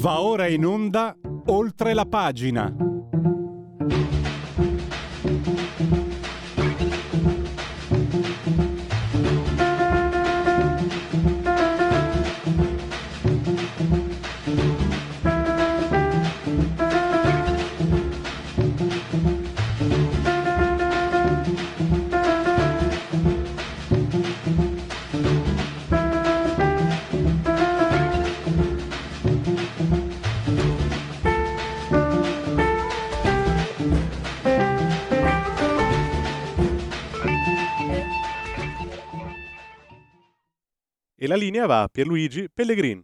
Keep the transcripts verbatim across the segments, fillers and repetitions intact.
Va ora in onda Oltre la pagina. E la linea va a Pierluigi Pellegrin.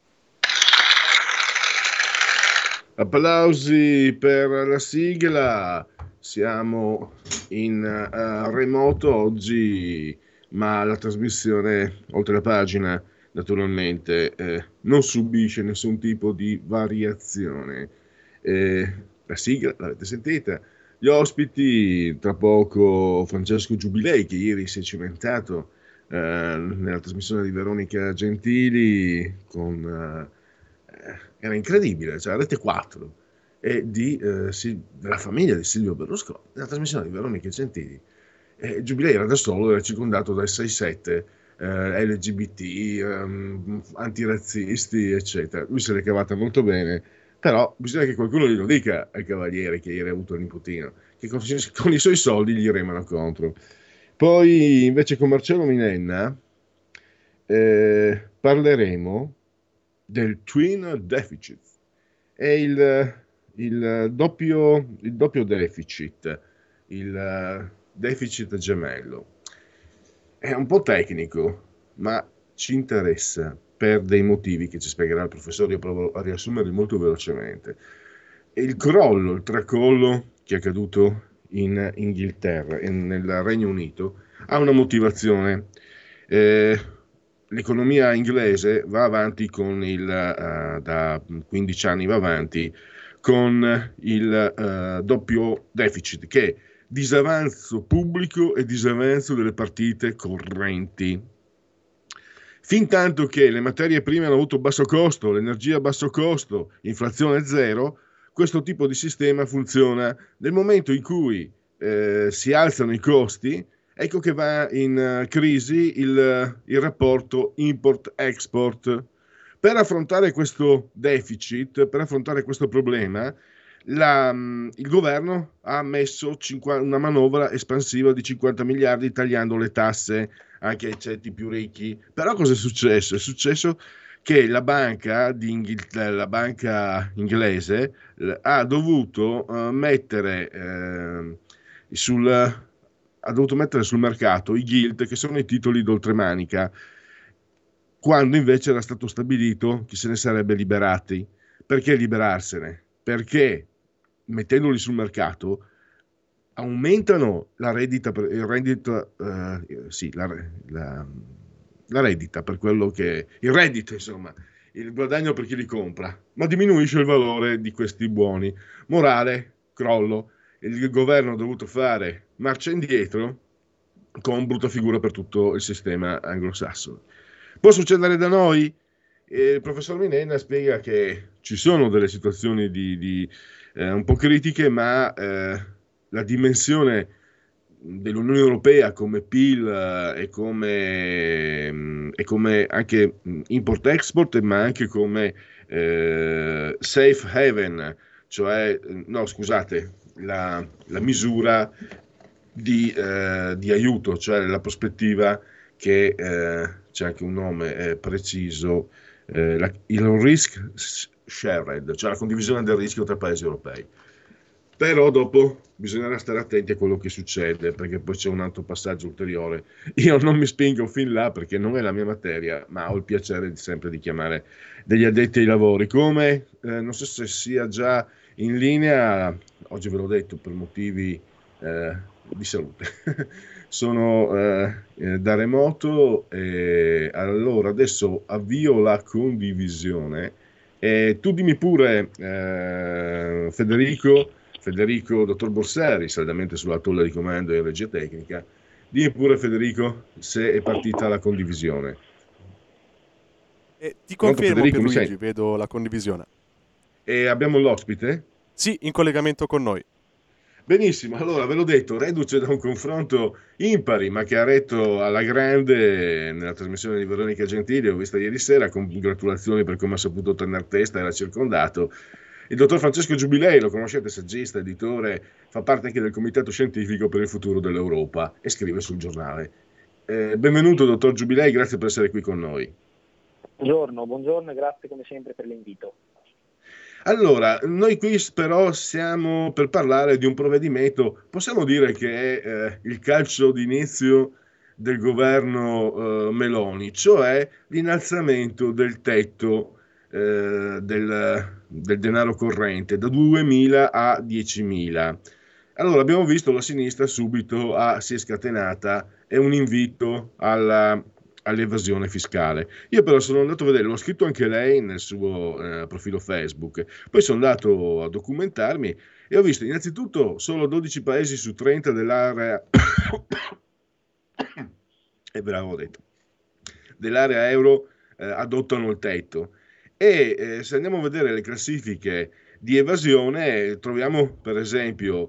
Applausi per la sigla. Siamo in uh, remoto oggi, ma la trasmissione Oltre la pagina naturalmente eh, non subisce nessun tipo di variazione. Eh, la sigla l'avete sentita. Gli ospiti, tra poco Francesco Giubilei, che ieri si è cimentato eh, nella trasmissione di Veronica Gentili con... Eh, era incredibile, cioè Rete quattro e di, eh, sì, della famiglia di Silvio Berlusconi, nella trasmissione di Veronica Gentili. Eh, Giubilei era da solo, era circondato dai sei sette eh, L G B T, ehm, antirazzisti, eccetera. Lui se l'è cavata molto bene, però bisogna che qualcuno glielo dica al cavaliere che ieri ha avuto il nipotino, che con, con i suoi soldi gli remano contro. Poi invece con Marcello Minenna eh, parleremo del twin deficit. È il, il, doppio, il doppio deficit, il deficit gemello. È un po' tecnico, ma ci interessa per dei motivi che ci spiegherà il professore. Io provo a riassumerli molto velocemente. Il crollo, il tracollo che è accaduto in Inghilterra e nel Regno Unito ha una motivazione. Eh, L'economia inglese va avanti con il, uh, da quindici anni va avanti con il uh, doppio deficit, che è disavanzo pubblico e disavanzo delle partite correnti. Fin tanto che le materie prime hanno avuto basso costo, l'energia a basso costo, inflazione zero, questo tipo di sistema funziona. Nel momento in cui eh, si alzano i costi, ecco che va in uh, crisi il, il rapporto import-export. Per affrontare questo deficit, per affrontare questo problema, la, um, il governo ha messo cinquanta, una manovra espansiva di cinquanta miliardi tagliando le tasse anche ai ceti più ricchi. Però cosa è successo? È successo che la banca, di Inghilterra, la banca inglese ha dovuto uh, mettere uh, sul... ha dovuto mettere sul mercato i gilt, che sono i titoli d'oltremanica, quando invece era stato stabilito che se ne sarebbe liberati. Perché liberarsene? Perché mettendoli sul mercato aumentano la reddita, il reddito, eh, sì, la, la, la reddita per quello che il reddito, insomma, il guadagno per chi li compra, ma diminuisce il valore di questi buoni. Morale, crollo. Il governo ha dovuto fare marcia indietro con brutta figura per tutto il sistema anglosassone. Può succedere da noi? Il professor Minenna spiega che ci sono delle situazioni di, di, eh, un po' critiche, ma eh, la dimensione dell'Unione Europea come P I L eh, e, come, mh, e come anche import-export, ma anche come eh, safe haven, cioè, no scusate, la, la misura di, eh, di aiuto, cioè la prospettiva che eh, c'è anche un nome eh, preciso, eh, la, il risk shared, cioè la condivisione del rischio tra paesi europei. Però dopo bisognerà stare attenti a quello che succede, perché poi c'è un altro passaggio ulteriore. Io non mi spingo fin là perché non è la mia materia, ma ho il piacere di, sempre di chiamare degli addetti ai lavori, come eh, non so se sia già in linea, oggi ve l'ho detto per motivi eh, di salute, sono eh, eh, da remoto, e allora adesso avvio la condivisione e tu dimmi pure eh, Federico Federico, dottor Borsari, saldamente sulla tolla di comando e regia tecnica. Dimmi pure, Federico, se è partita la condivisione. Eh, ti Pronto, confermo, Federico, mi Pierluigi, senti? vedo la condivisione. E abbiamo l'ospite? Sì, in collegamento con noi. Benissimo, allora ve l'ho detto, reduce da un confronto impari, ma che ha retto alla grande nella trasmissione di Veronica Gentili, ho vista ieri sera, congratulazioni per come ha saputo tenere testa, era circondato. Il dottor Francesco Giubilei, lo conoscete, saggista, editore, fa parte anche del Comitato Scientifico per il Futuro dell'Europa e scrive sul giornale. Eh, benvenuto dottor Giubilei, grazie per essere qui con noi. Buongiorno, buongiorno e grazie come sempre per l'invito. Allora, noi qui però siamo per parlare di un provvedimento, possiamo dire che è eh, il calcio d'inizio del governo eh, Meloni, cioè l'innalzamento del tetto eh, del, del denaro corrente da duemila a diecimila. Allora, abbiamo visto la sinistra subito ah, si è scatenata, è un invito alla all'evasione fiscale. Io però sono andato a vedere, l'ho scritto anche lei nel suo eh, profilo Facebook, poi sono andato a documentarmi e ho visto innanzitutto solo dodici paesi su trenta dell'area e bravo ho detto, dell'area euro eh, adottano il tetto e eh, se andiamo a vedere le classifiche di evasione troviamo per esempio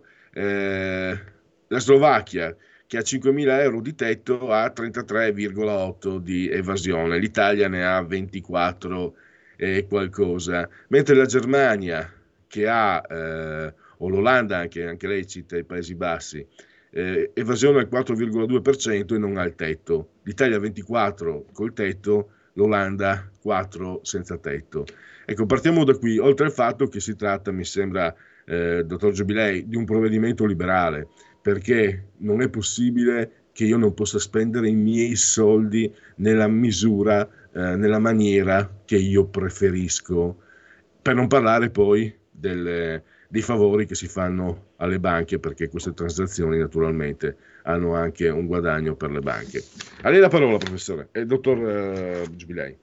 eh, la Slovacchia che ha cinquemila euro di tetto ha trentatré virgola otto di evasione, l'Italia ne ha ventiquattro e qualcosa, mentre la Germania che ha, eh, o l'Olanda anche, anche lei cita i Paesi Bassi, eh, evasione al quattro virgola due per cento e non ha il tetto, l'Italia ventiquattro col tetto, l'Olanda quattro senza tetto. Ecco, partiamo da qui, oltre al fatto che si tratta, mi sembra, eh, dottor Giubilei, di un provvedimento liberale, perché non è possibile che io non possa spendere i miei soldi nella misura, eh, nella maniera che io preferisco, per non parlare poi delle, dei favori che si fanno alle banche, perché queste transazioni naturalmente hanno anche un guadagno per le banche. A lei la parola, professore, e dottor eh, Giubilei.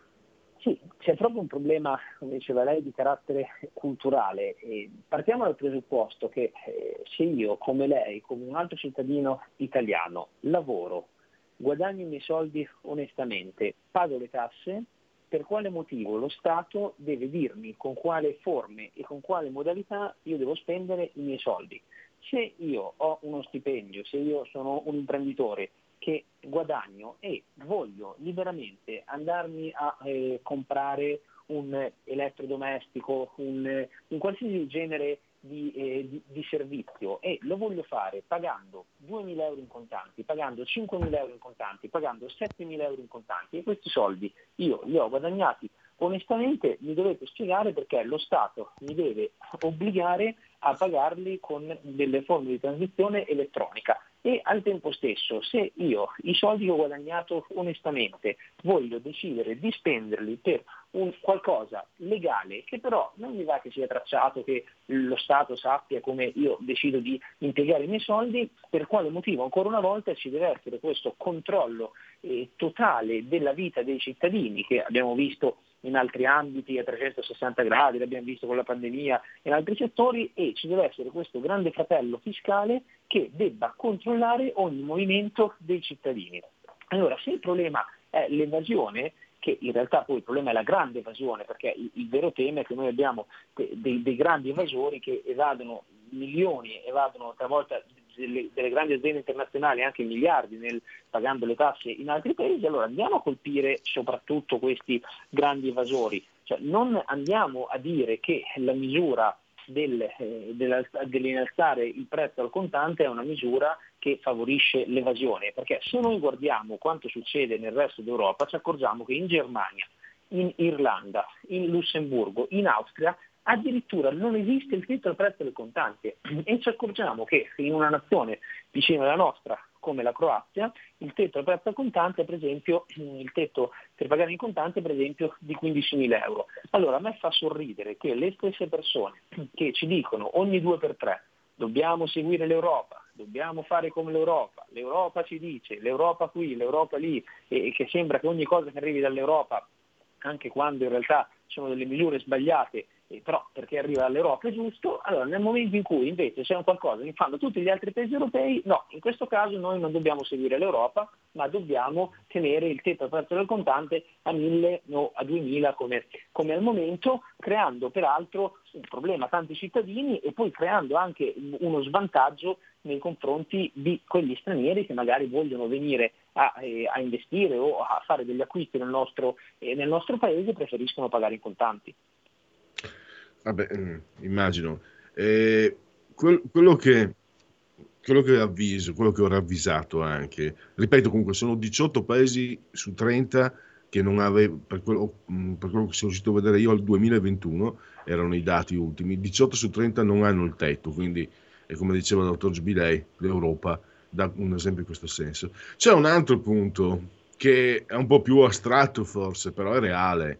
Sì, c'è proprio un problema, come diceva lei, di carattere culturale. E partiamo dal presupposto che eh, se io, come lei, come un altro cittadino italiano, lavoro, guadagno i miei soldi onestamente, pago le tasse, per quale motivo lo Stato deve dirmi con quale forme e con quale modalità io devo spendere i miei soldi? Se io ho uno stipendio, se io sono un imprenditore che guadagno e voglio liberamente andarmi a eh, comprare un elettrodomestico, un, un qualsiasi genere di, eh, di, di servizio e lo voglio fare pagando duemila euro in contanti, pagando cinquemila euro in contanti, pagando settemila euro in contanti e questi soldi io li ho guadagnati onestamente, mi dovete spiegare perché lo Stato mi deve obbligare a pagarli con delle forme di transizione elettronica. E al tempo stesso, se io i soldi che ho guadagnato onestamente voglio decidere di spenderli per un qualcosa legale, che però non mi va che sia tracciato, che lo Stato sappia come io decido di impiegare i miei soldi, per quale motivo ancora una volta ci deve essere questo controllo eh, totale della vita dei cittadini che abbiamo visto in altri ambiti a trecentosessanta gradi, l'abbiamo visto con la pandemia in altri settori, e ci deve essere questo grande fratello fiscale che debba controllare ogni movimento dei cittadini. Allora, se il problema è l'evasione, che in realtà poi il problema è la grande evasione, perché il, il vero tema è che noi abbiamo dei, dei grandi evasori che evadono milioni, evadono talvolta delle, delle grandi aziende internazionali anche miliardi nel, pagando le tasse in altri paesi, allora andiamo a colpire soprattutto questi grandi evasori, cioè non andiamo a dire che la misura del, eh, dell'innalzare il prezzo al contante è una misura che favorisce l'evasione, perché se noi guardiamo quanto succede nel resto d'Europa ci accorgiamo che in Germania, in Irlanda, in Lussemburgo, in Austria addirittura non esiste il tetto al prezzo del contante e ci accorgiamo che in una nazione vicina alla nostra come la Croazia il tetto al prezzo al contante, per esempio il tetto per pagare in contante per esempio di quindicimila euro. Allora a me fa sorridere che le stesse persone che ci dicono ogni due per tre dobbiamo seguire l'Europa, dobbiamo fare come l'Europa, l'Europa ci dice, l'Europa qui, l'Europa lì, e che sembra che ogni cosa che arrivi dall'Europa, anche quando in realtà sono delle misure sbagliate, eh, però perché arriva all'Europa è giusto. Allora nel momento in cui invece c'è un qualcosa che fanno tutti gli altri paesi europei, no, in questo caso noi non dobbiamo seguire l'Europa, ma dobbiamo tenere il tetto al prezzo del contante a mille o a duemila come, come al momento, creando peraltro un problema a tanti cittadini e poi creando anche uno svantaggio nei confronti di quegli stranieri che magari vogliono venire a, eh, a investire o a fare degli acquisti nel nostro, eh, nel nostro paese e preferiscono pagare in contanti. Vabbè, immagino. Eh, quel- quello che, quello che avviso, quello che ho ravvisato anche, ripeto, comunque sono diciotto paesi su trenta che non avevo, per quello, mh, per quello che sono riuscito a vedere io al duemilaventuno, erano i dati ultimi, diciotto su trenta non hanno il tetto, quindi è come diceva il dottor Gibilei, l'Europa dà un esempio in questo senso. C'è un altro punto che è un po' più astratto forse, però è reale.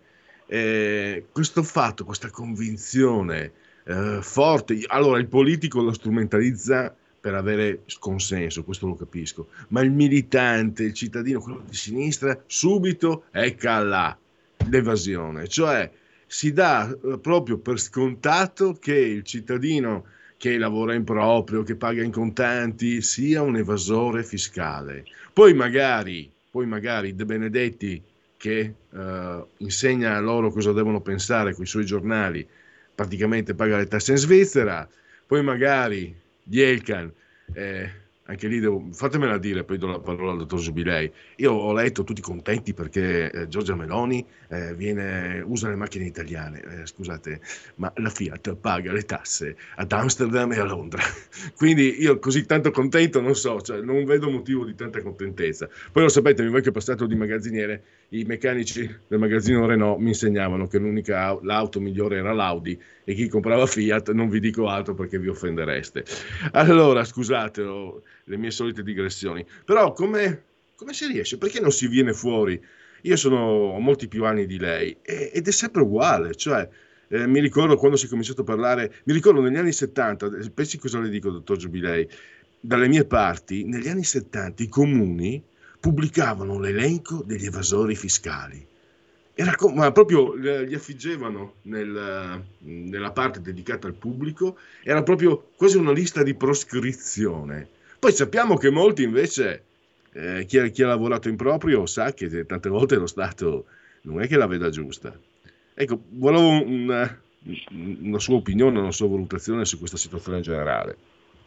Eh, questo fatto, questa convinzione eh, forte, allora il politico lo strumentalizza per avere consenso, questo lo capisco, ma il militante, il cittadino, quello di sinistra, subito ecca là l'evasione, cioè si dà eh, proprio per scontato che il cittadino che lavora in proprio, che paga in contanti, sia un evasore fiscale. Poi magari, poi magari De Benedetti che eh, insegna a loro cosa devono pensare con i suoi giornali, praticamente paga le tasse in Svizzera, poi magari Dielkan, eh, anche lì devo, fatemela dire, poi do la parola al dottor Giubilei. Io ho letto tutti contenti perché eh, Giorgia Meloni eh, viene, usa le macchine italiane, eh, scusate, ma la Fiat paga le tasse ad Amsterdam e a Londra, quindi io così tanto contento non so, cioè, non vedo motivo di tanta contentezza. Poi lo sapete, mi voi che passato di magazziniere, i meccanici del magazzino Renault mi insegnavano che l'unica l'auto migliore era l'Audi e chi comprava Fiat non vi dico altro perché vi offendereste. Allora, scusate oh, le mie solite digressioni, però come, come si riesce? Perché non si viene fuori? Io sono ho molti più anni di lei e, ed è sempre uguale, cioè eh, mi ricordo quando si è cominciato a parlare, mi ricordo negli anni settanta, pensi cosa le dico, dottor Giubilei, dalle mie parti, negli anni settanta i comuni pubblicavano l'elenco degli evasori fiscali. Era co- ma proprio eh, li affiggevano nel- nella parte dedicata al pubblico, era proprio quasi una lista di proscrizione. Poi sappiamo che molti invece, eh, chi, ha, chi ha lavorato in proprio sa che tante volte lo Stato non è che la veda giusta. Ecco, volevo una, una sua opinione, una sua valutazione su questa situazione in generale.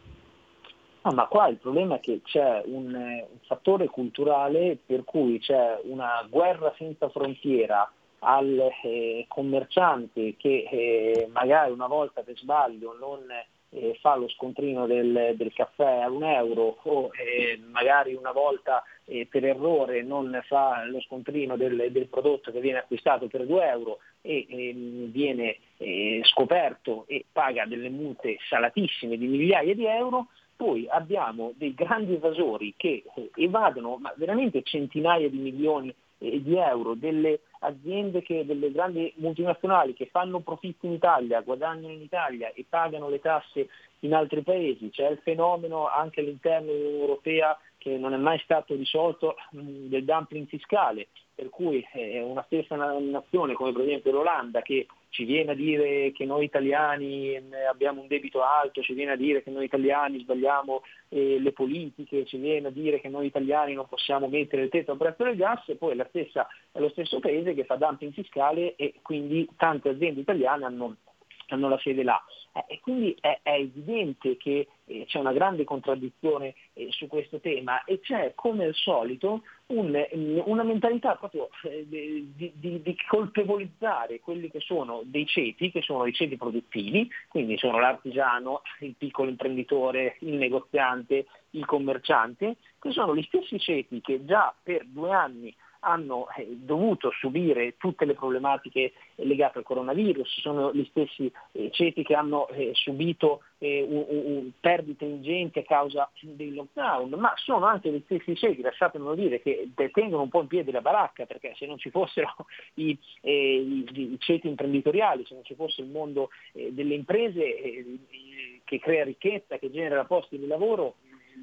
No, ma qua il problema è che c'è un, eh, un fattore culturale per cui c'è una guerra senza frontiera al eh, commerciante che eh, magari una volta per sbaglio non eh, fa lo scontrino del, del caffè a un euro o eh, magari una volta eh, per errore non fa lo scontrino del, del prodotto che viene acquistato per due euro e eh, viene eh, scoperto e paga delle multe salatissime di migliaia di euro. Poi abbiamo dei grandi evasori che eh, evadono ma veramente centinaia di milioni eh, di euro, delle aziende, che, delle grandi multinazionali che fanno profitti in Italia, guadagnano in Italia e pagano le tasse in altri paesi. C'è il fenomeno anche all'interno dell'Unione Europea che non è mai stato risolto mh, del dumping fiscale, per cui eh, una stessa nazione come per esempio l'Olanda che ci viene a dire che noi italiani eh, abbiamo un debito alto, ci viene a dire che noi italiani sbagliamo eh, le politiche, ci viene a dire che noi italiani non possiamo mettere il tetto al prezzo del gas, e poi è, la stessa, è lo stesso paese che fa dumping fiscale e quindi tante aziende italiane hanno, hanno la sede là. Eh, e quindi è, è evidente che eh, c'è una grande contraddizione eh, su questo tema e c'è come al solito un, una mentalità proprio eh, di, di, di colpevolizzare quelli che sono dei ceti, che sono i ceti produttivi, quindi sono l'artigiano, il piccolo imprenditore, il negoziante, il commerciante, che sono gli stessi ceti che già per due anni hanno eh, dovuto subire tutte le problematiche legate al coronavirus, sono gli stessi eh, ceti che hanno eh, subito eh, un, un, perdite ingenti a causa dei lockdown, ma sono anche gli stessi ceti, lasciatemelo dire, che tengono un po' in piedi la baracca, perché se non ci fossero i, eh, i, i ceti imprenditoriali, se non ci fosse il mondo eh, delle imprese eh, che crea ricchezza, che genera posti di lavoro,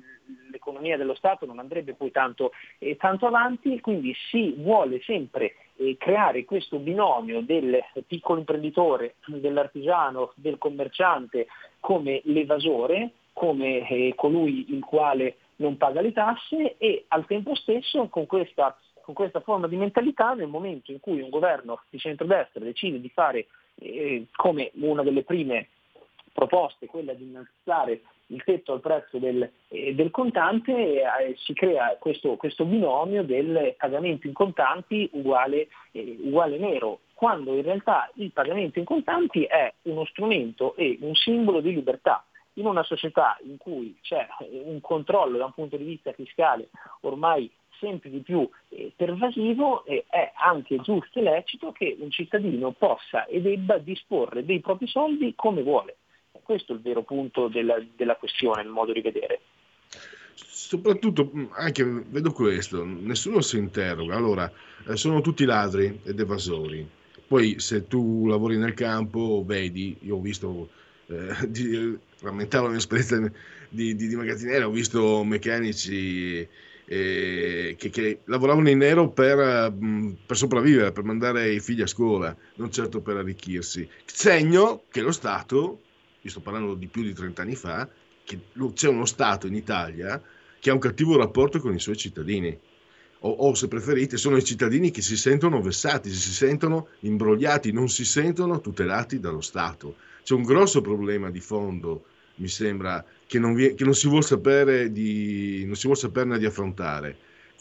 l'economia dello Stato non andrebbe poi tanto, eh, tanto avanti, quindi si vuole sempre eh, creare questo binomio del piccolo imprenditore, dell'artigiano, del commerciante come l'evasore, come eh, colui il quale non paga le tasse, e al tempo stesso con questa, con questa forma di mentalità, nel momento in cui un governo di centrodestra decide di fare eh, come una delle prime proposte quella di innalzare il tetto al prezzo del, eh, del contante, eh, si crea questo, questo binomio del pagamento in contanti uguale, eh, uguale nero, quando in realtà il pagamento in contanti è uno strumento e un simbolo di libertà. In una società in cui c'è un controllo da un punto di vista fiscale ormai sempre di più eh, pervasivo, eh, è anche giusto e lecito che un cittadino possa e debba disporre dei propri soldi come vuole. Questo è il vero punto della, della questione, il modo di vedere. Soprattutto, anche vedo questo, nessuno si interroga. Allora, eh, sono tutti ladri ed evasori. Poi se tu lavori nel campo, vedi, io ho visto, eh, di, rammentavo la mia esperienza di, di, di magazziniere, ho visto meccanici eh, che, che lavoravano in nero per, per sopravvivere, per mandare i figli a scuola, non certo per arricchirsi. Segno che lo Stato, io sto parlando di più di trenta anni fa, che c'è uno Stato in Italia che ha un cattivo rapporto con i suoi cittadini, o, o se preferite sono i cittadini che si sentono vessati, si sentono imbrogliati, non si sentono tutelati dallo Stato. C'è un grosso problema di fondo, mi sembra, che non, vi, che non si vuol sapere di, non si vuol saperne di affrontare.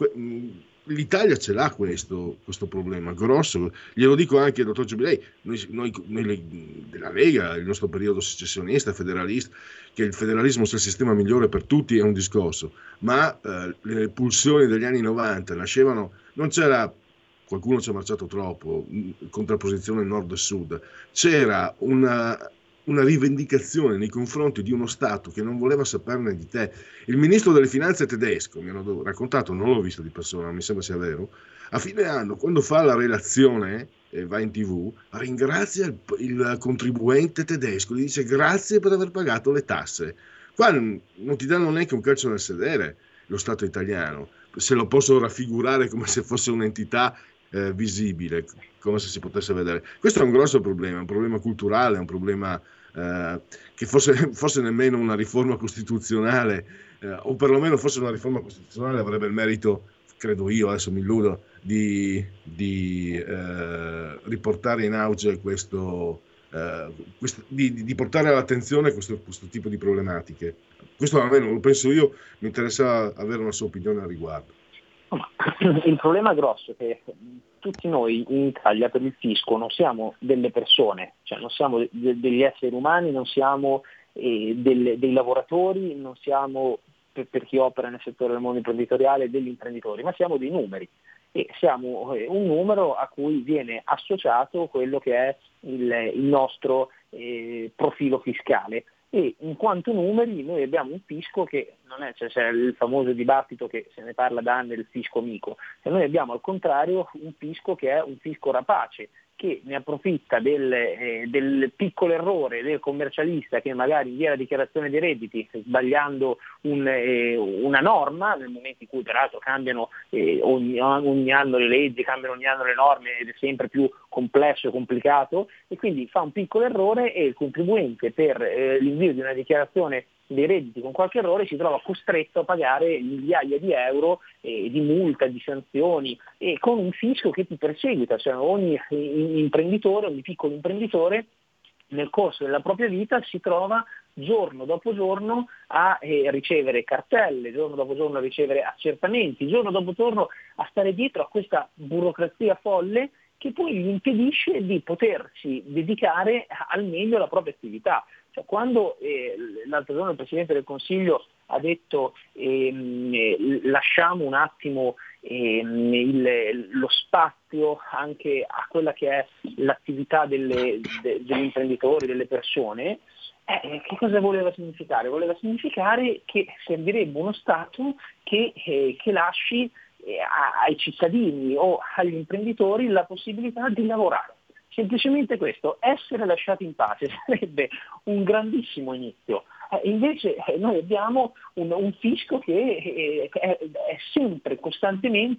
L'Italia ce l'ha questo, questo problema grosso, glielo dico anche al dottor Giubilei, noi, noi, noi della Lega, il nostro periodo secessionista, federalista, che il federalismo sia il sistema migliore per tutti è un discorso, ma eh, le pulsioni degli anni novanta nascevano, non c'era, qualcuno ci ha marciato troppo, contrapposizione nord e sud, c'era una, una rivendicazione nei confronti di uno Stato che non voleva saperne di te. Il ministro delle finanze tedesco, mi hanno raccontato, non l'ho visto di persona, mi sembra sia vero, a fine anno, quando fa la relazione e va in tv, ringrazia il, il contribuente tedesco, gli dice grazie per aver pagato le tasse. Qua non ti danno neanche un calcio nel sedere lo Stato italiano, se lo posso raffigurare come se fosse un'entità eh, visibile, come se si potesse vedere. Questo è un grosso problema, un problema culturale, un problema eh, che forse, forse nemmeno una riforma costituzionale, eh, o perlomeno forse una riforma costituzionale avrebbe il merito, credo io, adesso mi illudo, di, di eh, riportare in auge questo, eh, questo di, di portare all'attenzione questo, questo tipo di problematiche. Questo almeno lo penso io, mi interessa avere una sua opinione al riguardo. Il problema grosso è che tutti noi in Italia per il fisco non siamo delle persone, cioè non siamo de- degli esseri umani, non siamo eh, delle, dei lavoratori, non siamo, per, per chi opera nel settore del mondo imprenditoriale, degli imprenditori, ma siamo dei numeri. E siamo eh, un numero a cui viene associato quello che è il, il nostro eh, profilo fiscale. E in quanto numeri noi abbiamo un fisco che non è, cioè, c'è il famoso dibattito che se ne parla da anni del fisco amico, e noi abbiamo al contrario un fisco che è un fisco rapace, che ne approfitta del, eh, del piccolo errore del commercialista che magari invia la dichiarazione dei redditi sbagliando un, eh, una norma, nel momento in cui peraltro cambiano eh, ogni, ogni anno le leggi, cambiano ogni anno le norme ed è sempre più complesso e complicato, e quindi fa un piccolo errore e il contribuente per eh, l'invio di una dichiarazione dei redditi con qualche errore si trova costretto a pagare migliaia di euro eh, di multa, di sanzioni, e con un fisco che ti perseguita, cioè ogni imprenditore, ogni piccolo imprenditore nel corso della propria vita si trova giorno dopo giorno a eh, ricevere cartelle, giorno dopo giorno a ricevere accertamenti, giorno dopo giorno a stare dietro a questa burocrazia folle che poi gli impedisce di potersi dedicare al meglio alla propria attività. Cioè, quando eh, l'altro giorno il Presidente del Consiglio ha detto ehm, eh, lasciamo un attimo ehm, il, lo spazio anche a quella che è l'attività delle, de, degli imprenditori, delle persone, eh, che cosa voleva significare? Voleva significare che servirebbe uno Stato che, eh, che lasci eh, ai cittadini o agli imprenditori la possibilità di lavorare. Semplicemente questo, essere lasciati in pace sarebbe un grandissimo inizio. Eh, invece eh, noi abbiamo un, un fisco che eh, è, è sempre costantemente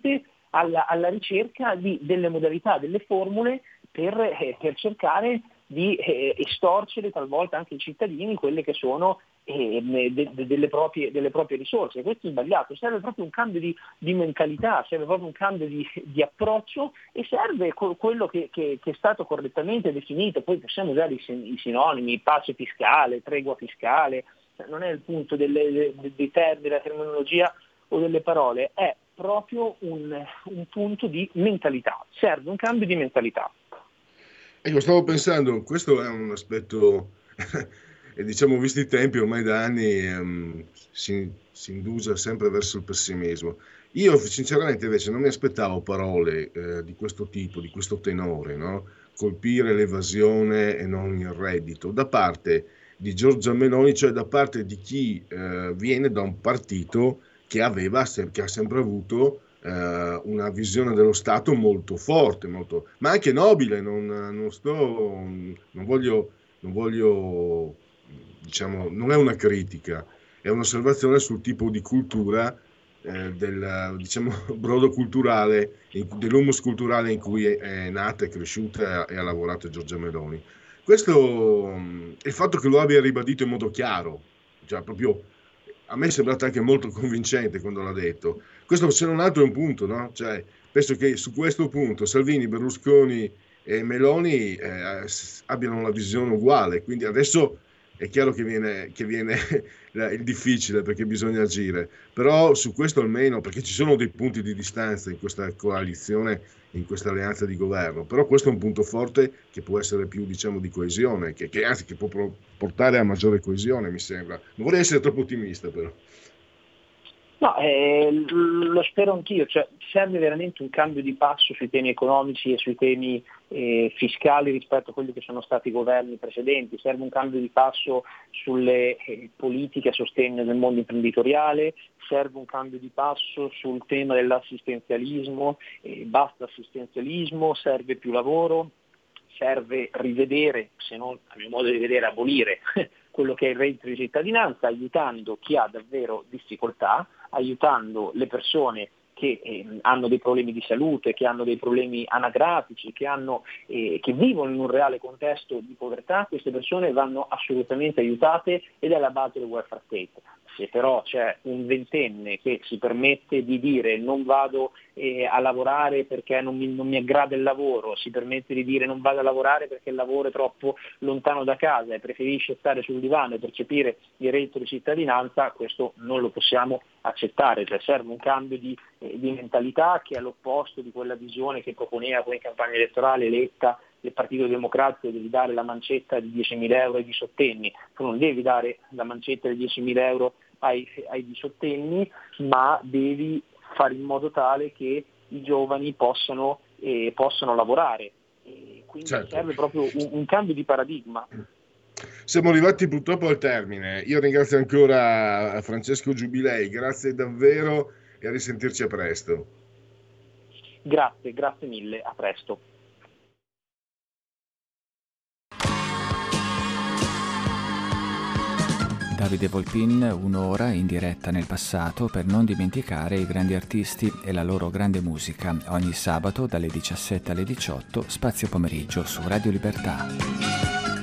alla, alla ricerca di delle modalità, delle formule per, eh, per cercare di eh, estorcere talvolta anche i cittadini quelle che sono eh, de, de, delle, proprie, delle proprie risorse. Questo è sbagliato, serve proprio un cambio di, di mentalità, serve proprio un cambio di, di approccio e serve co- quello che, che, che è stato correttamente definito. Poi possiamo usare i, sin- i sinonimi, pace fiscale, tregua fiscale, non è il punto delle, de, dei termini, della terminologia o delle parole, è proprio un, un punto di mentalità, serve un cambio di mentalità. Ecco, stavo pensando, questo è un aspetto, e diciamo, visti i tempi, ormai da anni ehm, si, si indugia sempre verso il pessimismo. Io sinceramente invece non mi aspettavo parole eh, di questo tipo, di questo tenore, no? Colpire l'evasione e non il reddito, da parte di Giorgia Meloni, cioè da parte di chi eh, viene da un partito che aveva, che ha sempre avuto una visione dello Stato molto forte, molto, ma anche nobile. Non, non sto, non voglio, non voglio, diciamo, non è una critica, è un'osservazione sul tipo di cultura eh, del, diciamo, brodo culturale, dell'humus culturale in cui è, è nata, è cresciuta e ha lavorato Giorgia Meloni. Questo, il fatto che lo abbia ribadito in modo chiaro, cioè proprio, a me è sembrato anche molto convincente quando l'ha detto. Questo, se non altro, è un punto, no? Cioè, penso che su questo punto Salvini, Berlusconi e Meloni eh, abbiano una visione uguale, quindi adesso è chiaro che viene, che viene il difficile, perché bisogna agire, però su questo almeno, perché ci sono dei punti di distanza in questa coalizione, in questa alleanza di governo, però questo è un punto forte che può essere più, diciamo, di coesione, che, che anzi che può portare a maggiore coesione, mi sembra. Non vorrei essere troppo ottimista, però. No, eh, lo spero anch'io, cioè serve veramente un cambio di passo sui temi economici e sui temi eh, fiscali rispetto a quelli che sono stati i governi precedenti, serve un cambio di passo sulle eh, politiche a sostegno del mondo imprenditoriale, serve un cambio di passo sul tema dell'assistenzialismo, eh, basta assistenzialismo, serve più lavoro, serve rivedere, se non a mio modo di vedere abolire quello che è il reddito di cittadinanza, aiutando chi ha davvero difficoltà, aiutando le persone che eh, hanno dei problemi di salute, che hanno dei problemi anagrafici, che, hanno, eh, che vivono in un reale contesto di povertà. Queste persone vanno assolutamente aiutate ed è la base del welfare state. Se però c'è un ventenne che si permette di dire non vado eh, a lavorare perché non mi, non mi aggrada il lavoro, si permette di dire non vado a lavorare perché il lavoro è troppo lontano da casa e preferisce stare sul divano e percepire il reddito di cittadinanza, questo non lo possiamo accettare. Cioè serve un cambio di, eh, di mentalità che è all'opposto di quella visione che proponeva poi in campagna elettorale Letta del Partito Democratico, devi dare la mancetta di diecimila euro ai diciottenni. Tu non devi dare la mancetta di diecimila euro ai, ai diciottenni, ma devi fare in modo tale che i giovani possano, eh, possano lavorare. E quindi certo, serve proprio un, un cambio di paradigma. Siamo arrivati purtroppo al termine. Io ringrazio ancora Francesco Giubilei, grazie davvero e a risentirci a presto. Grazie, grazie mille, a presto. Davide Volpin, un'ora in diretta nel passato per non dimenticare i grandi artisti e la loro grande musica. Ogni sabato dalle diciassette alle diciotto, Spazio Pomeriggio su Radio Libertà.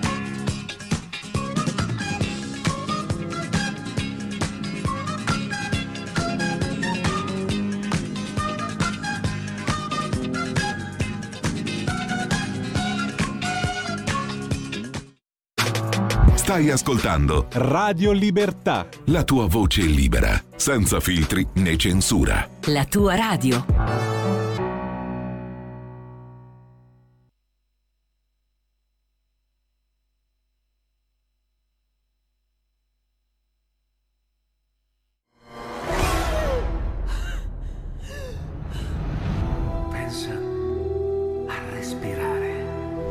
Stai ascoltando Radio Libertà, la tua voce libera, senza filtri né censura. La tua radio. Pensa a respirare.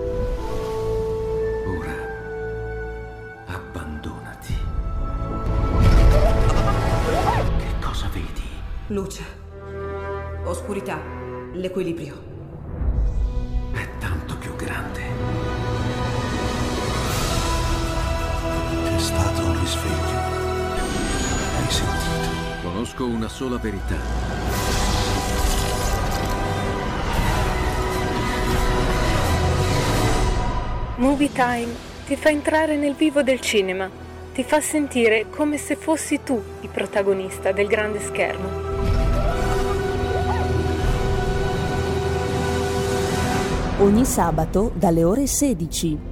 Ora abbandonati. Che cosa vedi? Luce, oscurità, l'equilibrio. È tanto più grande. C'è stato un risveglio. Hai sentito? Conosco una sola verità. Movie Time ti fa entrare nel vivo del cinema, ti fa sentire come se fossi tu il protagonista del grande schermo. Ogni sabato dalle ore sedici.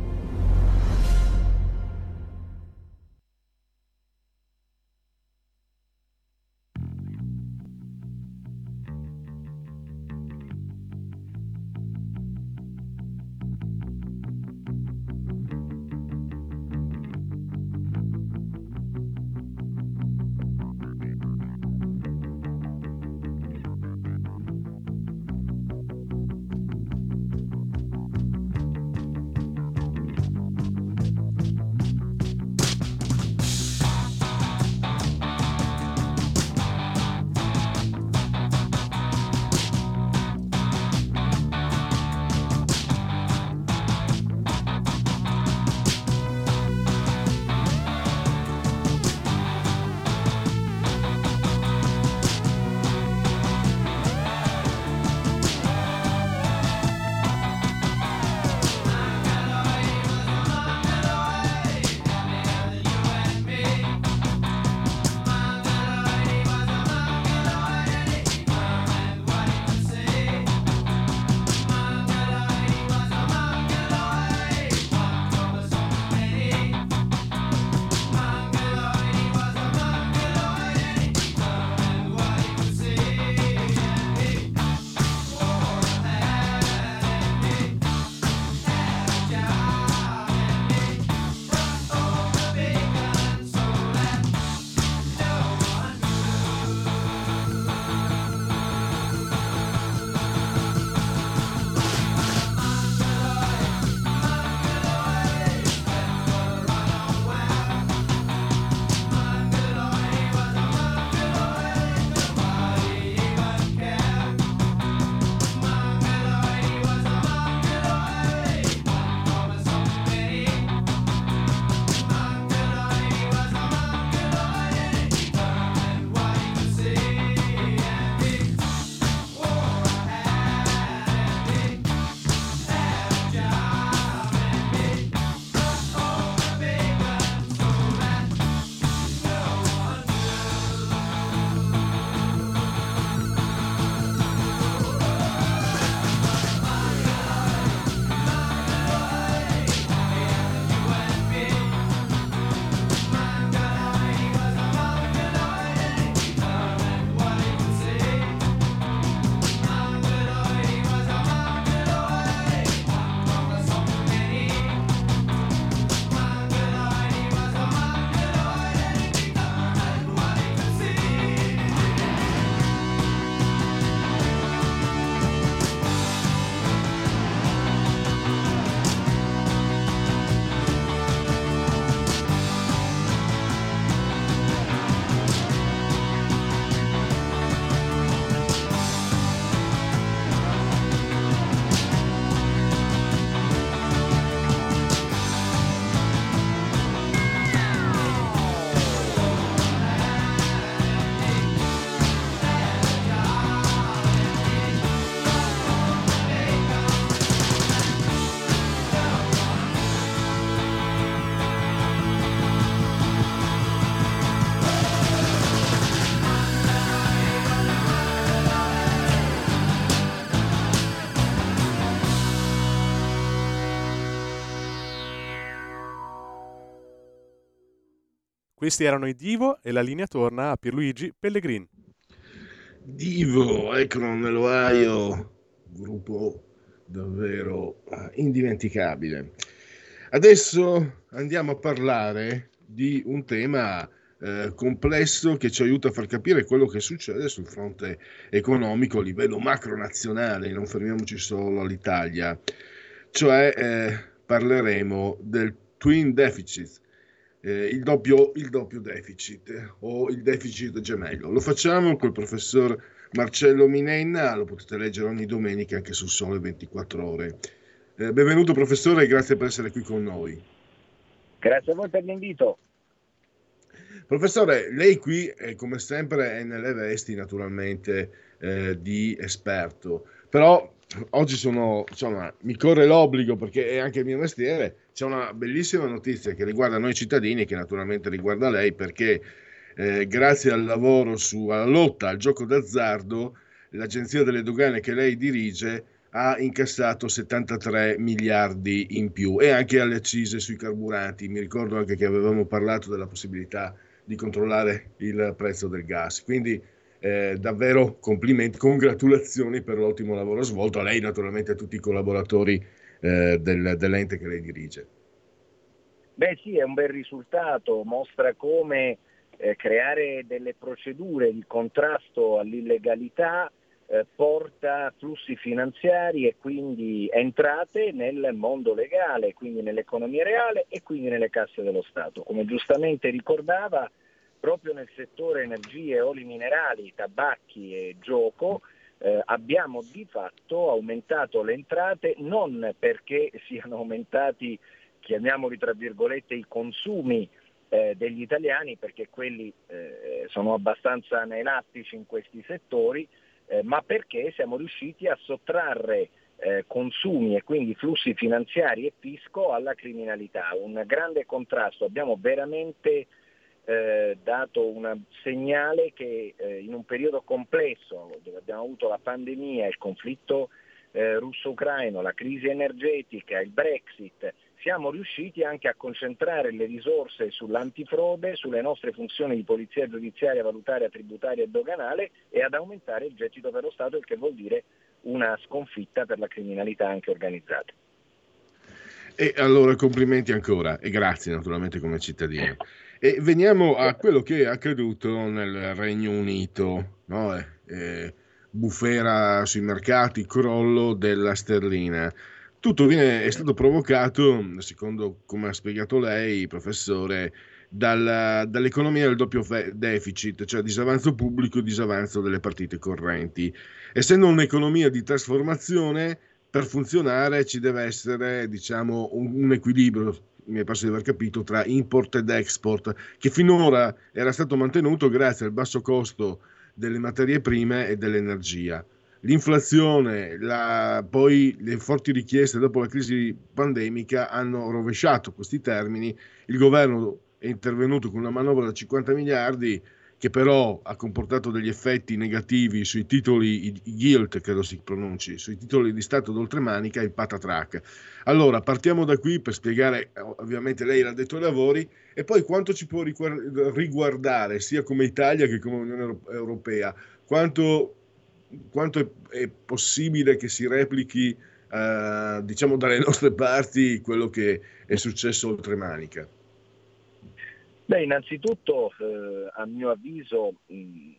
Questi erano i Divo e la linea torna a Pierluigi Pellegrin. Divo, eccolo nell'Ohio, gruppo davvero indimenticabile. Adesso andiamo a parlare di un tema eh, complesso che ci aiuta a far capire quello che succede sul fronte economico a livello macronazionale, non fermiamoci solo all'Italia, cioè eh, parleremo del twin deficit. Eh, il, doppio, il doppio deficit o il deficit gemello. Lo facciamo col professor Marcello Minenna, lo potete leggere ogni domenica anche su Sole ventiquattro Ore. Eh, benvenuto professore e grazie per essere qui con noi. Grazie a voi per l'invito. Professore, lei qui eh, come sempre è nelle vesti naturalmente eh, di esperto, però oggi sono, insomma, mi corre l'obbligo, perché è anche il mio mestiere, c'è una bellissima notizia che riguarda noi cittadini, che naturalmente riguarda lei, perché eh, grazie al lavoro su, alla lotta al gioco d'azzardo, l'Agenzia delle Dogane che lei dirige ha incassato settantatré miliardi in più, e anche alle accise sui carburanti. Mi ricordo anche che avevamo parlato della possibilità di controllare il prezzo del gas. Quindi eh, davvero complimenti, congratulazioni per l'ottimo lavoro svolto, a lei naturalmente, a tutti i collaboratori eh, del, dell'ente che lei dirige. Beh sì, è un bel risultato, mostra come eh, creare delle procedure di contrasto all'illegalità eh, porta flussi finanziari e quindi entrate nel mondo legale, quindi nell'economia reale e quindi nelle casse dello Stato. Come giustamente ricordava, proprio nel settore energie, oli minerali, tabacchi e gioco eh, abbiamo di fatto aumentato le entrate, non perché siano aumentati, chiamiamoli tra virgolette, i consumi eh, degli italiani, perché quelli eh, sono abbastanza elastici in questi settori, eh, ma perché siamo riusciti a sottrarre eh, consumi e quindi flussi finanziari e fisco alla criminalità. Un grande contrasto, abbiamo veramente Eh, dato un segnale che eh, in un periodo complesso, dove abbiamo avuto la pandemia, il conflitto eh, russo-ucraino, la crisi energetica, il Brexit, siamo riusciti anche a concentrare le risorse sull'antifrode, sulle nostre funzioni di polizia giudiziaria, valutaria, tributaria e doganale, e ad aumentare il gettito per lo Stato, il che vuol dire una sconfitta per la criminalità anche organizzata. E allora complimenti ancora, e grazie naturalmente come cittadino. E veniamo a quello che è accaduto nel Regno Unito, no? eh, eh, bufera sui mercati, crollo della sterlina. Tutto viene, è stato provocato, secondo come ha spiegato lei, professore, dalla, dall'economia del doppio fe- deficit, cioè disavanzo pubblico e disavanzo delle partite correnti. Essendo un'economia di trasformazione, per funzionare ci deve essere, diciamo, un, un equilibrio, mi pare di aver capito, tra import ed export, che finora era stato mantenuto grazie al basso costo delle materie prime e dell'energia. L'inflazione, la, poi le forti richieste dopo la crisi pandemica hanno rovesciato questi termini. Il governo è intervenuto con una manovra da cinquanta miliardi, che però ha comportato degli effetti negativi sui titoli, i gilt, credo si pronunci, sui titoli di Stato d'oltremanica, il patatrac. Allora, partiamo da qui per spiegare, ovviamente lei l'ha detto ai lavori, e poi quanto ci può riguardare, sia come Italia che come Unione Europea, quanto, quanto è, è possibile che si replichi, eh, diciamo, dalle nostre parti quello che è successo oltremanica. Beh, innanzitutto, eh, a mio avviso, mh,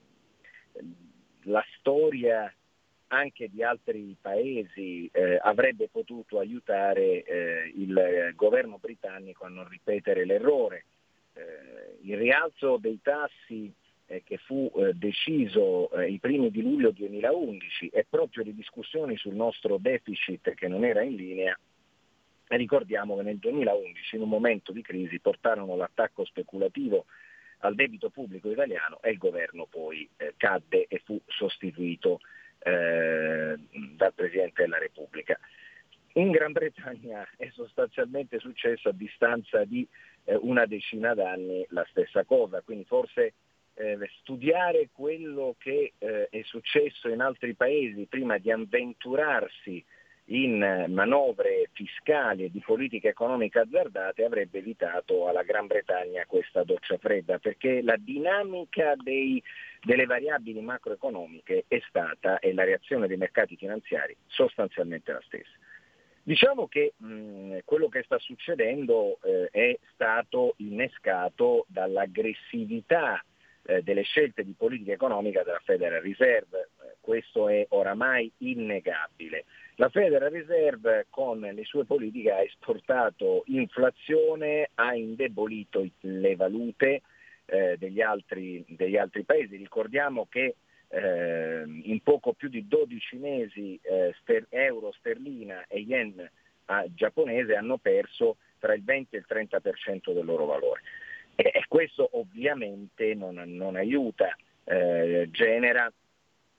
la storia anche di altri paesi eh, avrebbe potuto aiutare eh, il governo britannico a non ripetere l'errore. Eh, il rialzo dei tassi eh, che fu eh, deciso eh, i primi di luglio duemilaundici e proprio le discussioni sul nostro deficit che non era in linea, ricordiamo che nel duemilaundici, in un momento di crisi, portarono l'attacco speculativo al debito pubblico italiano e il governo poi eh, cadde e fu sostituito eh, dal Presidente della Repubblica. In Gran Bretagna è sostanzialmente successo a distanza di eh, una decina d'anni la stessa cosa, quindi forse eh, studiare quello che eh, è successo in altri paesi prima di avventurarsi in manovre fiscali e di politica economica azzardate avrebbe evitato alla Gran Bretagna questa doccia fredda, perché la dinamica dei, delle variabili macroeconomiche è stata, e la reazione dei mercati finanziari, sostanzialmente la stessa. Diciamo che mh, quello che sta succedendo eh, è stato innescato dall'aggressività eh, delle scelte di politica economica della Federal Reserve. Eh, questo è oramai innegabile. La Federal Reserve con le sue politiche ha esportato inflazione, ha indebolito le valute eh, degli altri, degli altri paesi. Ricordiamo che eh, in poco più di dodici mesi eh, ster- euro, sterlina e yen eh, giapponese hanno perso tra il venti e il trenta per cento del loro valore. E, e questo ovviamente non, non aiuta, eh, genera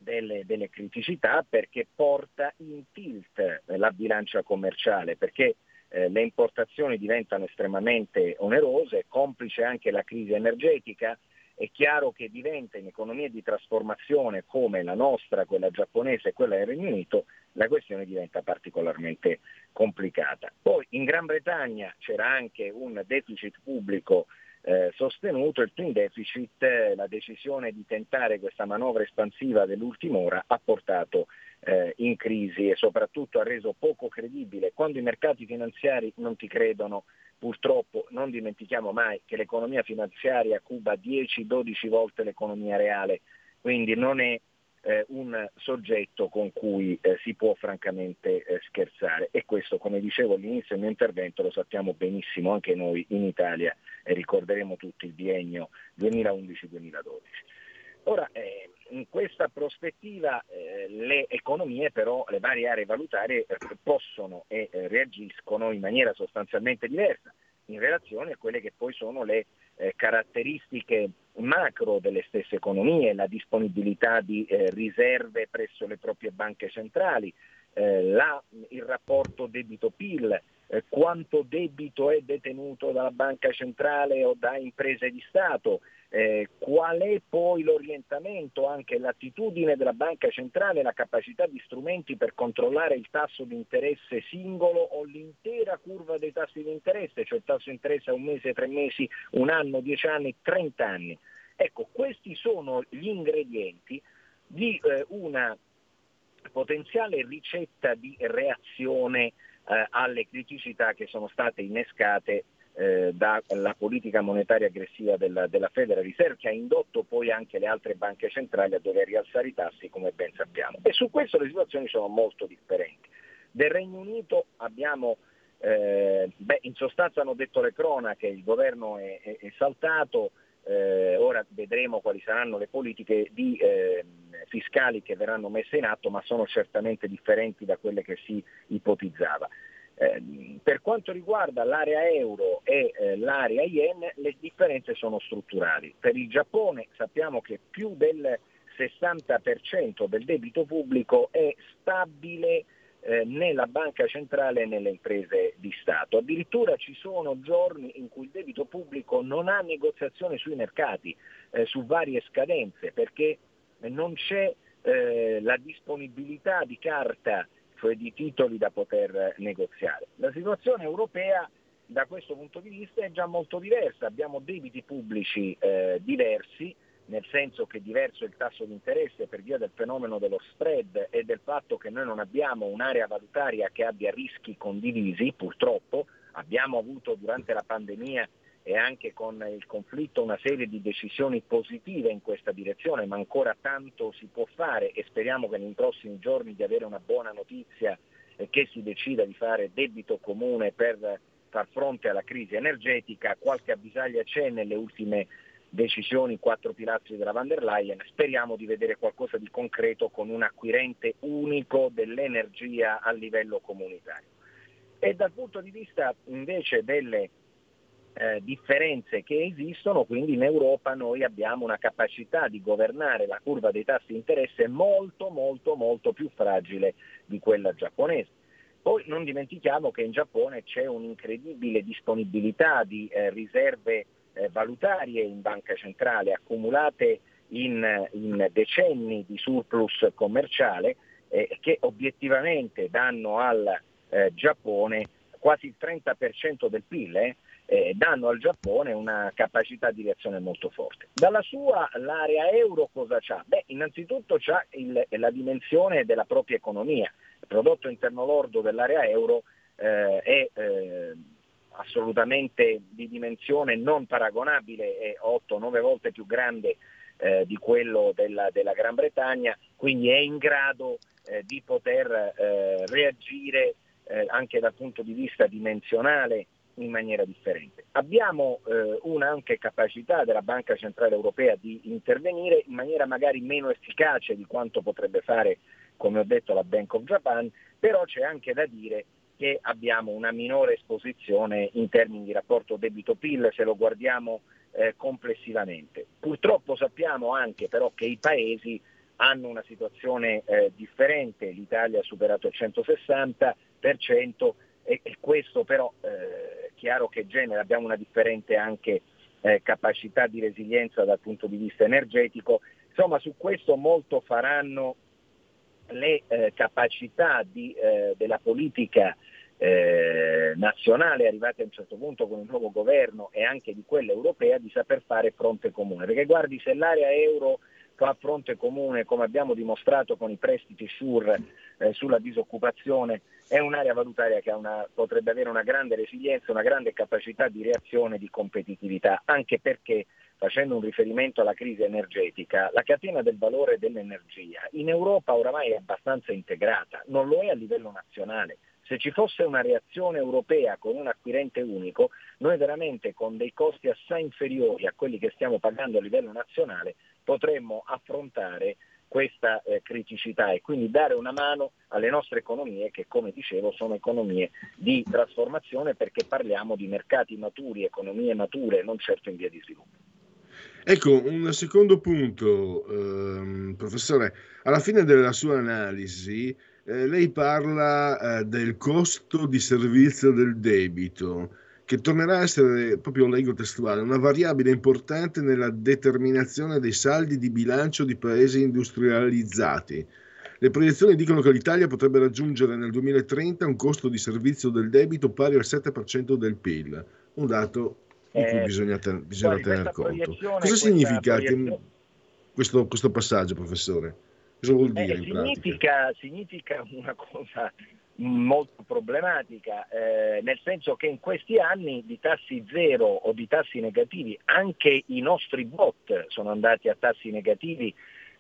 delle, delle criticità, perché porta in tilt la bilancia commerciale, perché eh, le importazioni diventano estremamente onerose, complice anche la crisi energetica. È chiaro che diventa in economie di trasformazione come la nostra, quella giapponese e quella del Regno Unito, la questione diventa particolarmente complicata. Poi in Gran Bretagna c'era anche un deficit pubblico eh, sostenuto, il twin deficit, eh, la decisione di tentare questa manovra espansiva dell'ultima ora ha portato eh, in crisi e soprattutto ha reso poco credibile. Quando i mercati finanziari non ti credono, purtroppo non dimentichiamo mai che l'economia finanziaria cuba dieci dodici volte l'economia reale, quindi non è eh, un soggetto con cui eh, si può francamente eh, scherzare, e questo, come dicevo all'inizio del mio intervento, lo sappiamo benissimo anche noi in Italia, e ricorderemo tutti il biennio duemilaundici duemiladodici. Ora, eh, in questa prospettiva eh, le economie, però, le varie aree valutarie eh, possono e eh, reagiscono in maniera sostanzialmente diversa in relazione a quelle che poi sono le eh, caratteristiche macro delle stesse economie, la disponibilità di eh, riserve presso le proprie banche centrali, eh, la, il rapporto debito-P I L, eh, quanto debito è detenuto dalla banca centrale o da imprese di Stato, Eh, qual è poi l'orientamento, anche l'attitudine della banca centrale, la capacità di strumenti per controllare il tasso di interesse singolo o l'intera curva dei tassi di interesse, cioè il tasso di interesse a un mese, tre mesi, un anno, dieci anni, trenta anni. Ecco, questi sono gli ingredienti di eh, una potenziale ricetta di reazione eh, alle criticità che sono state innescate Eh, dalla politica monetaria aggressiva della, della Federal Reserve, che ha indotto poi anche le altre banche centrali a dover rialzare i tassi, come ben sappiamo. E su questo le situazioni sono molto differenti. Del Regno Unito abbiamo, eh, beh, in sostanza hanno detto le cronache, il governo è, è, è saltato, eh, ora vedremo quali saranno le politiche di, eh, fiscali che verranno messe in atto, ma sono certamente differenti da quelle che si ipotizzava. Eh, per quanto riguarda l'area euro e eh, l'area yen, le differenze sono strutturali. Per il Giappone sappiamo che più del sessanta per cento del debito pubblico è stabile eh, nella banca centrale e nelle imprese di Stato. Addirittura ci sono giorni in cui il debito pubblico non ha negoziazione sui mercati, eh, su varie scadenze, perché non c'è eh, la disponibilità di carta, cioè di titoli da poter negoziare. La situazione europea da questo punto di vista è già molto diversa, abbiamo debiti pubblici eh, diversi, nel senso che diverso è il tasso di interesse per via del fenomeno dello spread e del fatto che noi non abbiamo un'area valutaria che abbia rischi condivisi, purtroppo. Abbiamo avuto durante la pandemia e anche con il conflitto una serie di decisioni positive in questa direzione, ma ancora tanto si può fare e speriamo che nei prossimi giorni di avere una buona notizia e che si decida di fare debito comune per far fronte alla crisi energetica. Qualche avvisaglia c'è nelle ultime decisioni, quattro pilastri della Van der Leyen. Speriamo di vedere qualcosa di concreto con un acquirente unico dell'energia a livello comunitario. E dal punto di vista invece delle Eh, differenze che esistono, quindi in Europa noi abbiamo una capacità di governare la curva dei tassi di interesse molto molto molto più fragile di quella giapponese. Poi non dimentichiamo che in Giappone c'è un'incredibile disponibilità di eh, riserve eh, valutarie in banca centrale accumulate in, in decenni di surplus commerciale eh, che obiettivamente danno al eh, Giappone quasi il trenta per cento del P I L, eh, Eh, danno al Giappone una capacità di reazione molto forte. Dalla sua l'area euro cosa c'ha? Beh, innanzitutto c'ha il, la dimensione della propria economia. Il prodotto interno lordo dell'area euro eh, è eh, assolutamente di dimensione non paragonabile, è otto nove volte più grande eh, di quello della, della Gran Bretagna, quindi è in grado eh, di poter eh, reagire eh, anche dal punto di vista dimensionale in maniera differente. Abbiamo eh, una anche capacità della Banca Centrale Europea di intervenire in maniera magari meno efficace di quanto potrebbe fare, come ho detto, la Bank of Japan, però c'è anche da dire che abbiamo una minore esposizione in termini di rapporto debito-P I L se lo guardiamo eh, complessivamente. Purtroppo sappiamo anche però che i paesi hanno una situazione eh, differente, l'Italia ha superato il centosessanta per cento e, e questo però è eh, chiaro che genera, abbiamo una differente anche eh, capacità di resilienza dal punto di vista energetico. Insomma, su questo molto faranno le eh, capacità di, eh, della politica eh, nazionale arrivate a un certo punto con il nuovo governo e anche di quella europea di saper fare fronte comune, perché guardi, se l'area euro fa fronte comune, come abbiamo dimostrato con i prestiti SURE eh, sulla disoccupazione, è un'area valutaria che ha una, potrebbe avere una grande resilienza, una grande capacità di reazione e di competitività, anche perché, facendo un riferimento alla crisi energetica, la catena del valore dell'energia in Europa oramai è abbastanza integrata, non lo è a livello nazionale. Se ci fosse una reazione europea con un acquirente unico, noi veramente con dei costi assai inferiori a quelli che stiamo pagando a livello nazionale potremmo affrontare questa eh, criticità e quindi dare una mano alle nostre economie che, come dicevo, sono economie di trasformazione, perché parliamo di mercati maturi, economie mature, non certo in via di sviluppo. Ecco, un secondo punto, ehm, professore, alla fine della sua analisi eh, lei parla eh, del costo di servizio del debito, che tornerà a essere, proprio leggo testuale, una variabile importante nella determinazione dei saldi di bilancio di paesi industrializzati. Le proiezioni dicono che l'Italia potrebbe raggiungere nel duemilatrenta un costo di servizio del debito pari al sette per cento del P I L, un dato di cui Eh, bisogna, ten- bisogna guardi, tener questa conto. proiezione- Cosa questa significa che- proiezione- questo, questo passaggio, professore? Cosa vuol dire Eh, in pratica? significa, significa una cosa molto problematica, eh, nel senso che in questi anni di tassi zero o di tassi negativi, anche i nostri bot sono andati a tassi negativi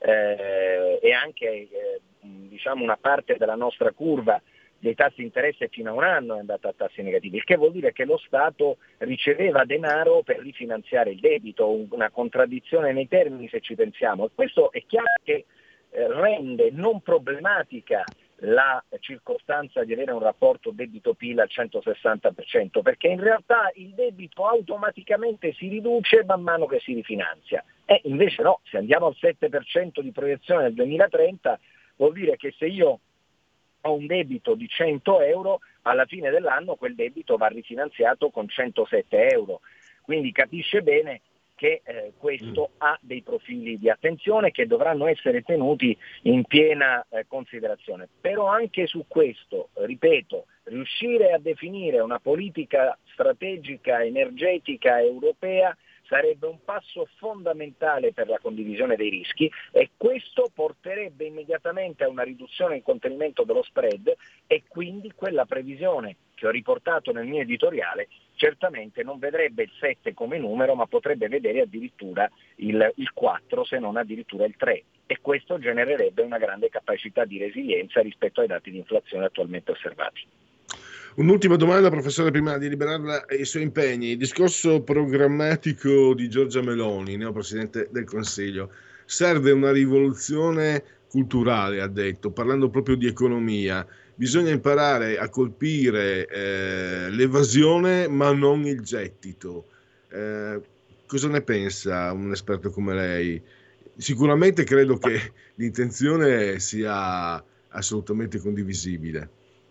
eh, e anche eh, diciamo una parte della nostra curva dei tassi di interesse fino a un anno è andata a tassi negativi, il che vuol dire che lo Stato riceveva denaro per rifinanziare il debito, una contraddizione nei termini se ci pensiamo. E questo è chiaro che eh, rende non problematica la circostanza di avere un rapporto debito-P I L al centosessanta per cento, perché in realtà il debito automaticamente si riduce man mano che si rifinanzia. E invece no, se andiamo al sette per cento di proiezione nel duemilatrenta, vuol dire che se io ho un debito di cento euro, alla fine dell'anno quel debito va rifinanziato con centosette euro. Quindi capisce bene che eh, questo ha dei profili di attenzione che dovranno essere tenuti in piena eh, considerazione. Però anche su questo, ripeto, riuscire a definire una politica strategica energetica europea sarebbe un passo fondamentale per la condivisione dei rischi e questo porterebbe immediatamente a una riduzione e contenimento dello spread e quindi quella previsione che ho riportato nel mio editoriale certamente non vedrebbe il sette come numero, ma potrebbe vedere addirittura il, il quattro, se non addirittura il tre, e questo genererebbe una grande capacità di resilienza rispetto ai dati di inflazione attualmente osservati. Un'ultima domanda, professore, prima di liberarla ai suoi impegni. Il discorso programmatico di Giorgia Meloni, neopresidente del Consiglio, serve una rivoluzione culturale, ha detto, parlando proprio di economia. Bisogna imparare a colpire eh, l'evasione ma non il gettito. Eh, cosa ne pensa un esperto come lei? Sicuramente credo che l'intenzione sia assolutamente condivisibile.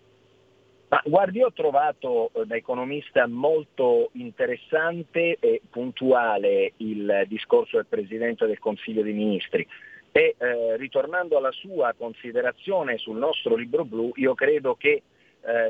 Ma guardi, io ho trovato da economista molto interessante e puntuale il discorso del Presidente del Consiglio dei Ministri e eh, ritornando alla sua considerazione sul nostro libro blu, io credo che eh,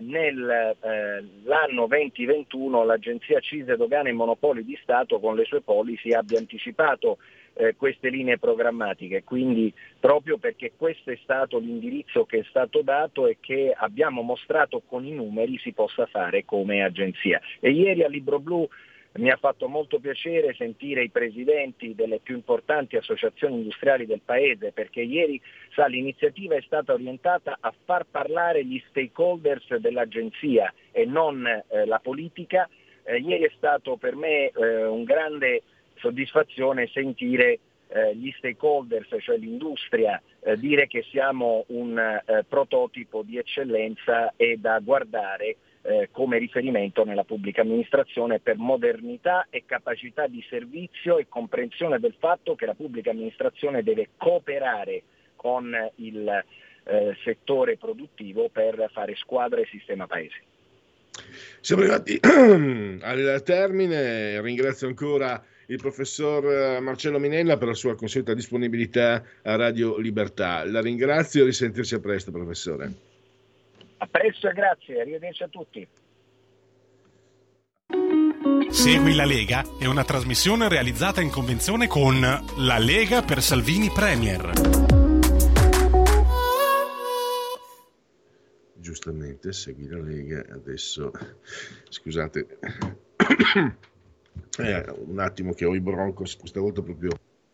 nell'anno eh, venti ventuno l'Agenzia Accise, Dogane e Monopoli di Stato con le sue policy abbia anticipato Eh, queste linee programmatiche, quindi proprio perché questo è stato l'indirizzo che è stato dato e che abbiamo mostrato con i numeri si possa fare come agenzia. E ieri al Libro Blu mi ha fatto molto piacere sentire i presidenti delle più importanti associazioni industriali del paese, perché ieri, sa, l'iniziativa è stata orientata a far parlare gli stakeholders dell'agenzia e non eh, la politica. Eh, ieri è stato per me eh, un grande soddisfazione sentire eh, gli stakeholders, cioè l'industria, eh, dire che siamo un eh, prototipo di eccellenza e da guardare eh, come riferimento nella pubblica amministrazione per modernità e capacità di servizio e comprensione del fatto che la pubblica amministrazione deve cooperare con il eh, settore produttivo per fare squadra e sistema paese. Siamo arrivati al termine, ringrazio ancora il professor Marcello Minella per la sua consueta disponibilità a Radio Libertà. La ringrazio e risentirci a presto, professore. A presto e grazie, arrivederci a tutti. Segui la Lega è una trasmissione realizzata in convenzione con La Lega per Salvini Premier. Giustamente, segui la Lega. Adesso, scusate, eh, un attimo che ho i Broncos, questa volta proprio.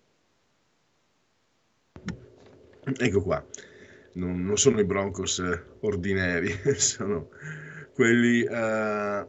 Ecco qua, non, non sono i Broncos ordinari, sono quelli, uh,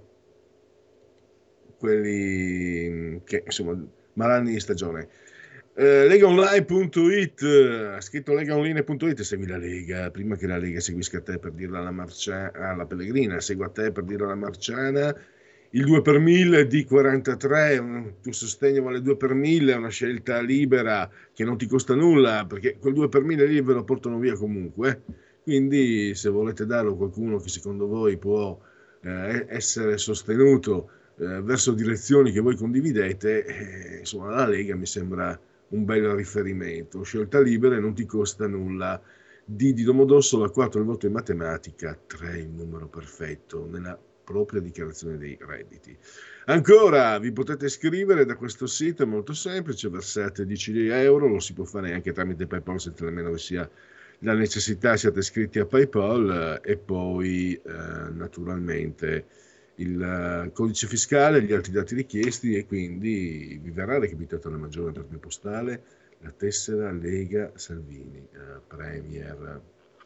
quelli che, insomma, malanni di stagione. Uh, legaonline punto it, scritto legaonline punto it, segui la Lega prima che la Lega seguisca te per dirla alla, Marcia- alla Pellegrina, segua te per dirla alla Marciana. Il due per mille di quarantatré, un tuo sostegno vale due per mille, è una scelta libera che non ti costa nulla, perché quel due per mille lì ve lo portano via comunque, quindi se volete darlo a qualcuno che secondo voi può eh, essere sostenuto eh, verso direzioni che voi condividete, eh, insomma la Lega mi sembra un bel riferimento. Scelta libera e non ti costa nulla. D di Domodossola, quattro il voto in matematica, tre il numero perfetto nella propria dichiarazione dei redditi. Ancora vi potete iscrivere da questo sito, è molto semplice, versate dieci euro, lo si può fare anche tramite PayPal senza nemmeno che sia la necessità, siate iscritti a PayPal, e poi eh, naturalmente il codice fiscale, gli altri dati richiesti, e quindi vi verrà recapitata la maggiore per via postale la tessera Lega Salvini eh, Premier.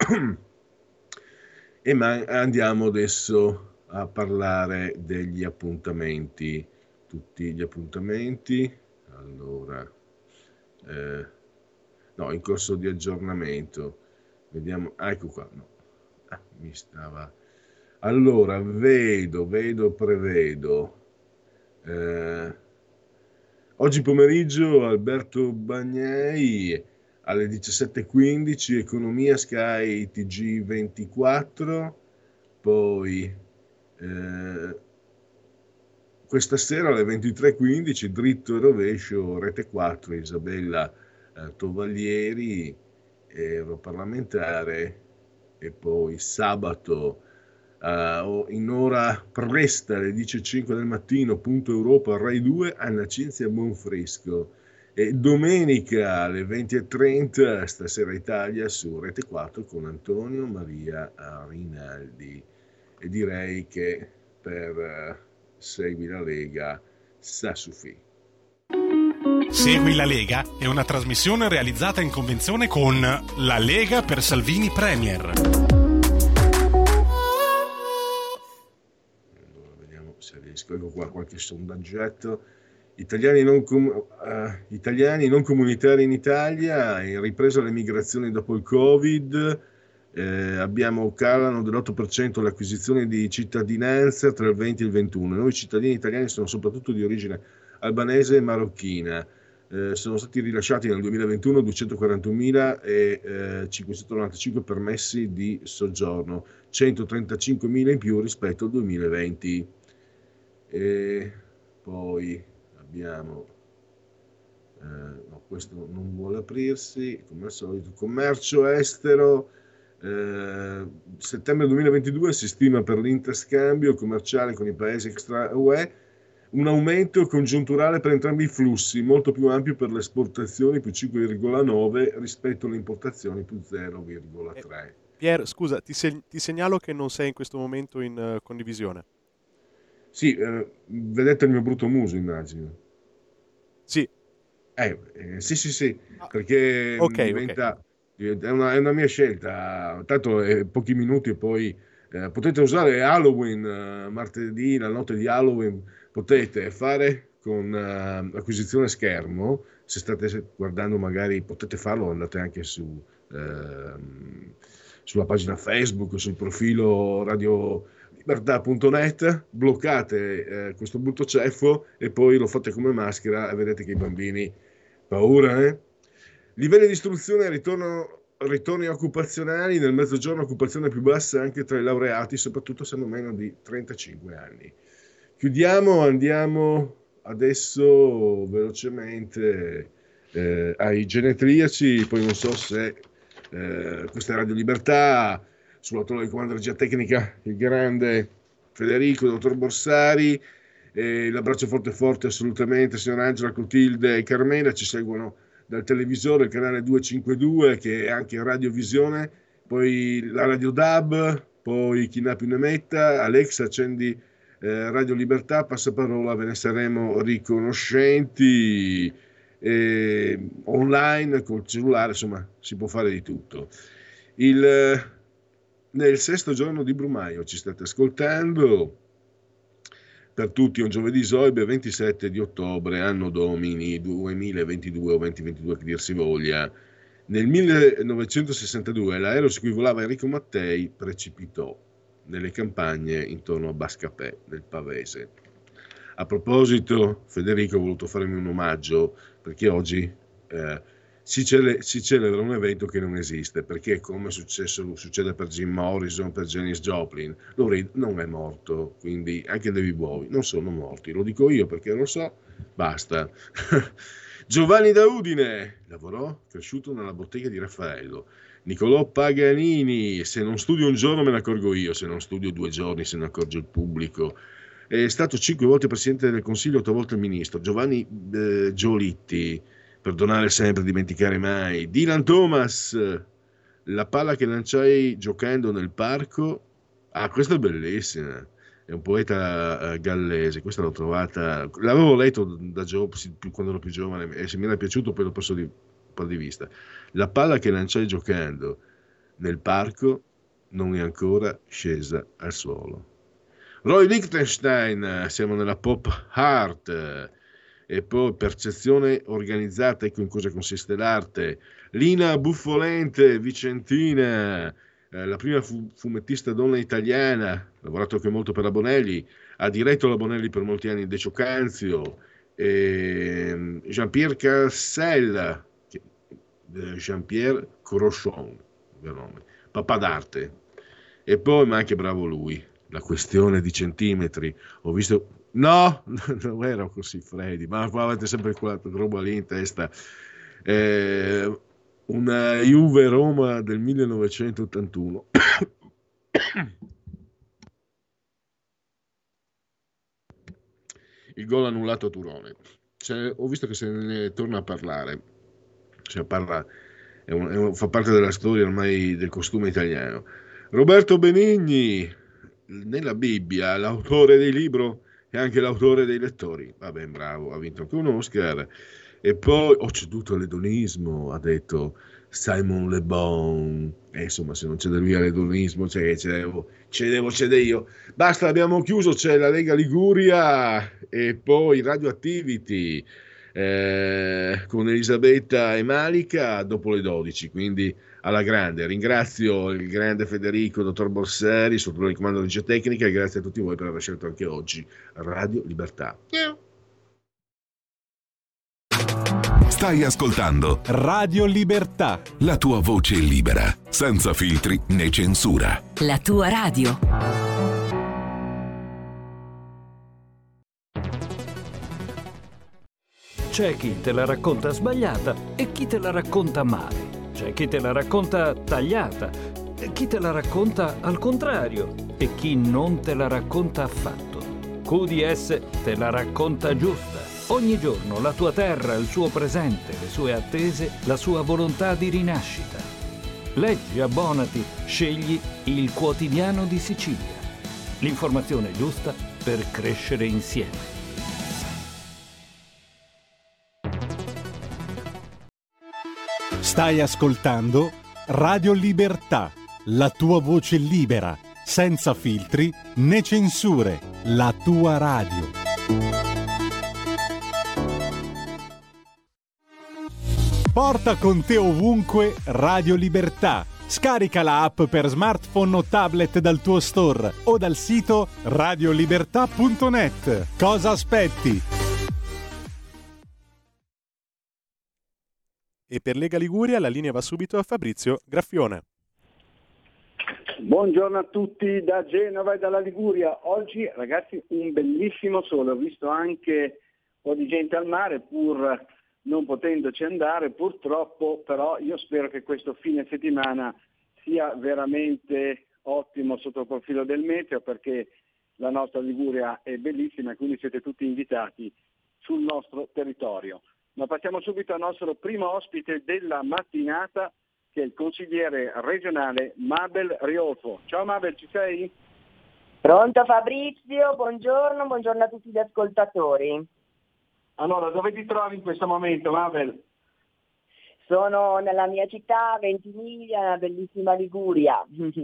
E ma andiamo adesso a parlare degli appuntamenti, tutti gli appuntamenti. Allora, eh, no, in corso di aggiornamento, vediamo, ah, ecco qua, no, ah, mi stava. Allora, vedo, vedo, prevedo. Eh, oggi pomeriggio Alberto Bagnei alle diciassette e quindici, Economia Sky T G ventiquattro, poi eh, questa sera alle ventitré e quindici Dritto e Rovescio, Rete quattro, Isabella eh, Tovaglieri, europarlamentare, e poi sabato Uh, in ora presta alle dieci e cinque del mattino, Punto Europa, Rai due, Anna Cinzia Bonfresco, e domenica alle venti e trenta Stasera Italia su Rete quattro con Antonio Maria Rinaldi. E direi che per uh, Segui la Lega sta suffi. Segui la Lega è una trasmissione realizzata in convenzione con La Lega per Salvini Premier. Se riesco, ecco qua qualche sondaggetto. Italiani non, com- uh, italiani non comunitari in Italia, in ripresa le migrazioni dopo il Covid, eh, abbiamo calano dell'otto per cento le acquisizioni di cittadinanza tra il venti e il ventuno. Noi cittadini italiani sono soprattutto di origine albanese e marocchina. Eh, sono stati rilasciati nel duemilaventuno duecentoquarantunomila e eh, cinquecentonovantacinque permessi di soggiorno, centotrentacinquemila in più rispetto al duemilaventi. E poi abbiamo eh, no, questo non vuole aprirsi come al solito. Commercio estero, eh, settembre duemilaventidue si stima per l'interscambio commerciale con i paesi extra U E un aumento congiunturale per entrambi i flussi, molto più ampio per le esportazioni, più cinque virgola nove rispetto alle importazioni, più zero virgola tre. Eh, Pier, scusa, ti, se- ti segnalo che non sei in questo momento in uh, condivisione. Sì, eh, vedete il mio brutto muso, immagino. Sì. Eh, eh, sì, sì, sì, perché okay, diventa, okay. È, una, è una mia scelta, tanto è pochi minuti e poi eh, potete usare Halloween, eh, martedì, la notte di Halloween, potete fare con uh, acquisizione schermo, se state guardando magari potete farlo, andate anche su, eh, sulla pagina Facebook, sul profilo Radio libertà punto net, bloccate eh, questo brutto ceffo e poi lo fate come maschera e vedete che i bambini, paura, eh? Livelli di istruzione ritornano ritorni occupazionali, nel mezzogiorno occupazione più bassa anche tra i laureati, soprattutto se hanno meno di trentacinque anni. Chiudiamo, andiamo adesso velocemente eh, ai genetriaci, poi non so se eh, questa è Radio Libertà, sulla torre di comando regia tecnica il grande Federico, il dottor Borsari, e l'abbraccio forte forte assolutamente signor Angela, Clotilde e Carmela, ci seguono dal televisore, il canale duecentocinquantadue che è anche radiovisione, poi la Radio D A B, poi chi n'ha più ne metta. Alexa, accendi eh, Radio Libertà, passaparola, ve ne saremo riconoscenti, eh, online, col cellulare, insomma si può fare di tutto. Il, nel sesto giorno di Brumaio ci state ascoltando. Per tutti un giovedì Soibe, ventisette di ottobre, anno domini duemilaventidue o duemilaventidue che dir si voglia. Nel millenovecentosessantadue l'aereo su cui volava Enrico Mattei precipitò nelle campagne intorno a Bascapè, nel Pavese. A proposito, Federico ha voluto farmi un omaggio perché oggi eh, si, cele- si celebra un evento che non esiste, perché come è successo, succede per Jim Morrison, per Janis Joplin, Lou Reed non è morto, quindi anche David Bowie non sono morti, lo dico io perché lo so, basta. Giovanni da Udine lavorò, cresciuto nella bottega di Raffaello. Niccolò Paganini, se non studio un giorno me ne accorgo io, se non studio due giorni se ne accorge il pubblico. È stato cinque volte presidente del Consiglio, otto volte ministro. Giovanni eh, Giolitti, perdonare sempre, dimenticare mai. Dylan Thomas, la palla che lanciai giocando nel parco. Ah, questa è bellissima. È un poeta uh, gallese. Questa l'ho trovata, l'avevo letto da gio- quando ero più giovane e se mi era piaciuto poi l'ho perso di, un po' di vista. La palla che lanciai giocando nel parco non è ancora scesa al suolo. Roy Lichtenstein, siamo nella pop art. E poi percezione organizzata, ecco in cosa consiste l'arte. Lina Buffolente, vicentina, eh, la prima fu- fumettista donna italiana, ha lavorato anche molto per la Bonelli, ha diretto la Bonelli per molti anni, Decio Canzio, e Jean-Pierre Cassel, Jean-Pierre Crochon, papà d'arte. E poi, ma anche bravo lui, la questione di centimetri, ho visto... No, non ero così freddi, ma qua avete sempre quella roba lì in testa. Eh, una Juve Roma del millenovecentottantuno. Il gol annullato a Turone. Cioè, ho visto che se ne torna a parlare. Cioè, parla, è un, è un, fa parte della storia ormai del costume italiano. Roberto Benigni, nella Bibbia, l'autore del libro e anche l'autore dei lettori, va ben bravo, ha vinto anche un Oscar. E poi ho ceduto all'edonismo, ha detto Simon Le Bon, e insomma se non cede lui all'edonismo cioè, cedevo, cedevo cede io. Basta, abbiamo chiuso, c'è la Lega Liguria e poi Radioactivity eh, con Elisabetta e Malika dopo le dodici, quindi alla grande. Ringrazio il grande Federico, dottor Borsari, sotto il comando di regia tecnica, e grazie a tutti voi per aver scelto anche oggi Radio Libertà. Stai ascoltando Radio Libertà, la tua voce libera, senza filtri né censura. La tua radio. C'è chi te la racconta sbagliata e chi te la racconta male. C'è chi te la racconta tagliata e chi te la racconta al contrario e chi non te la racconta affatto. Q D S te la racconta giusta. Ogni giorno la tua terra, il suo presente, le sue attese, la sua volontà di rinascita. Leggi, abbonati, scegli il Quotidiano di Sicilia. L'informazione giusta per crescere insieme. Stai ascoltando Radio Libertà, la tua voce libera, senza filtri né censure, la tua radio. Porta con te ovunque Radio Libertà. Scarica la app per smartphone o tablet dal tuo store o dal sito radiolibertà punto net. Cosa aspetti? E per Lega Liguria la linea va subito a Fabrizio Graffione. Buongiorno a tutti da Genova e dalla Liguria. Oggi ragazzi un bellissimo sole, ho visto anche un po' di gente al mare pur non potendoci andare purtroppo, però io spero che questo fine settimana sia veramente ottimo sotto il profilo del meteo, perché la nostra Liguria è bellissima e quindi siete tutti invitati sul nostro territorio. Ma passiamo subito al nostro primo ospite della mattinata, che è il consigliere regionale Mabel Riolfo. Ciao Mabel, ci sei? Pronto Fabrizio, buongiorno, buongiorno a tutti gli ascoltatori. Allora, dove ti trovi in questo momento, Mabel? Sono nella mia città, Ventimiglia, nella bellissima Liguria.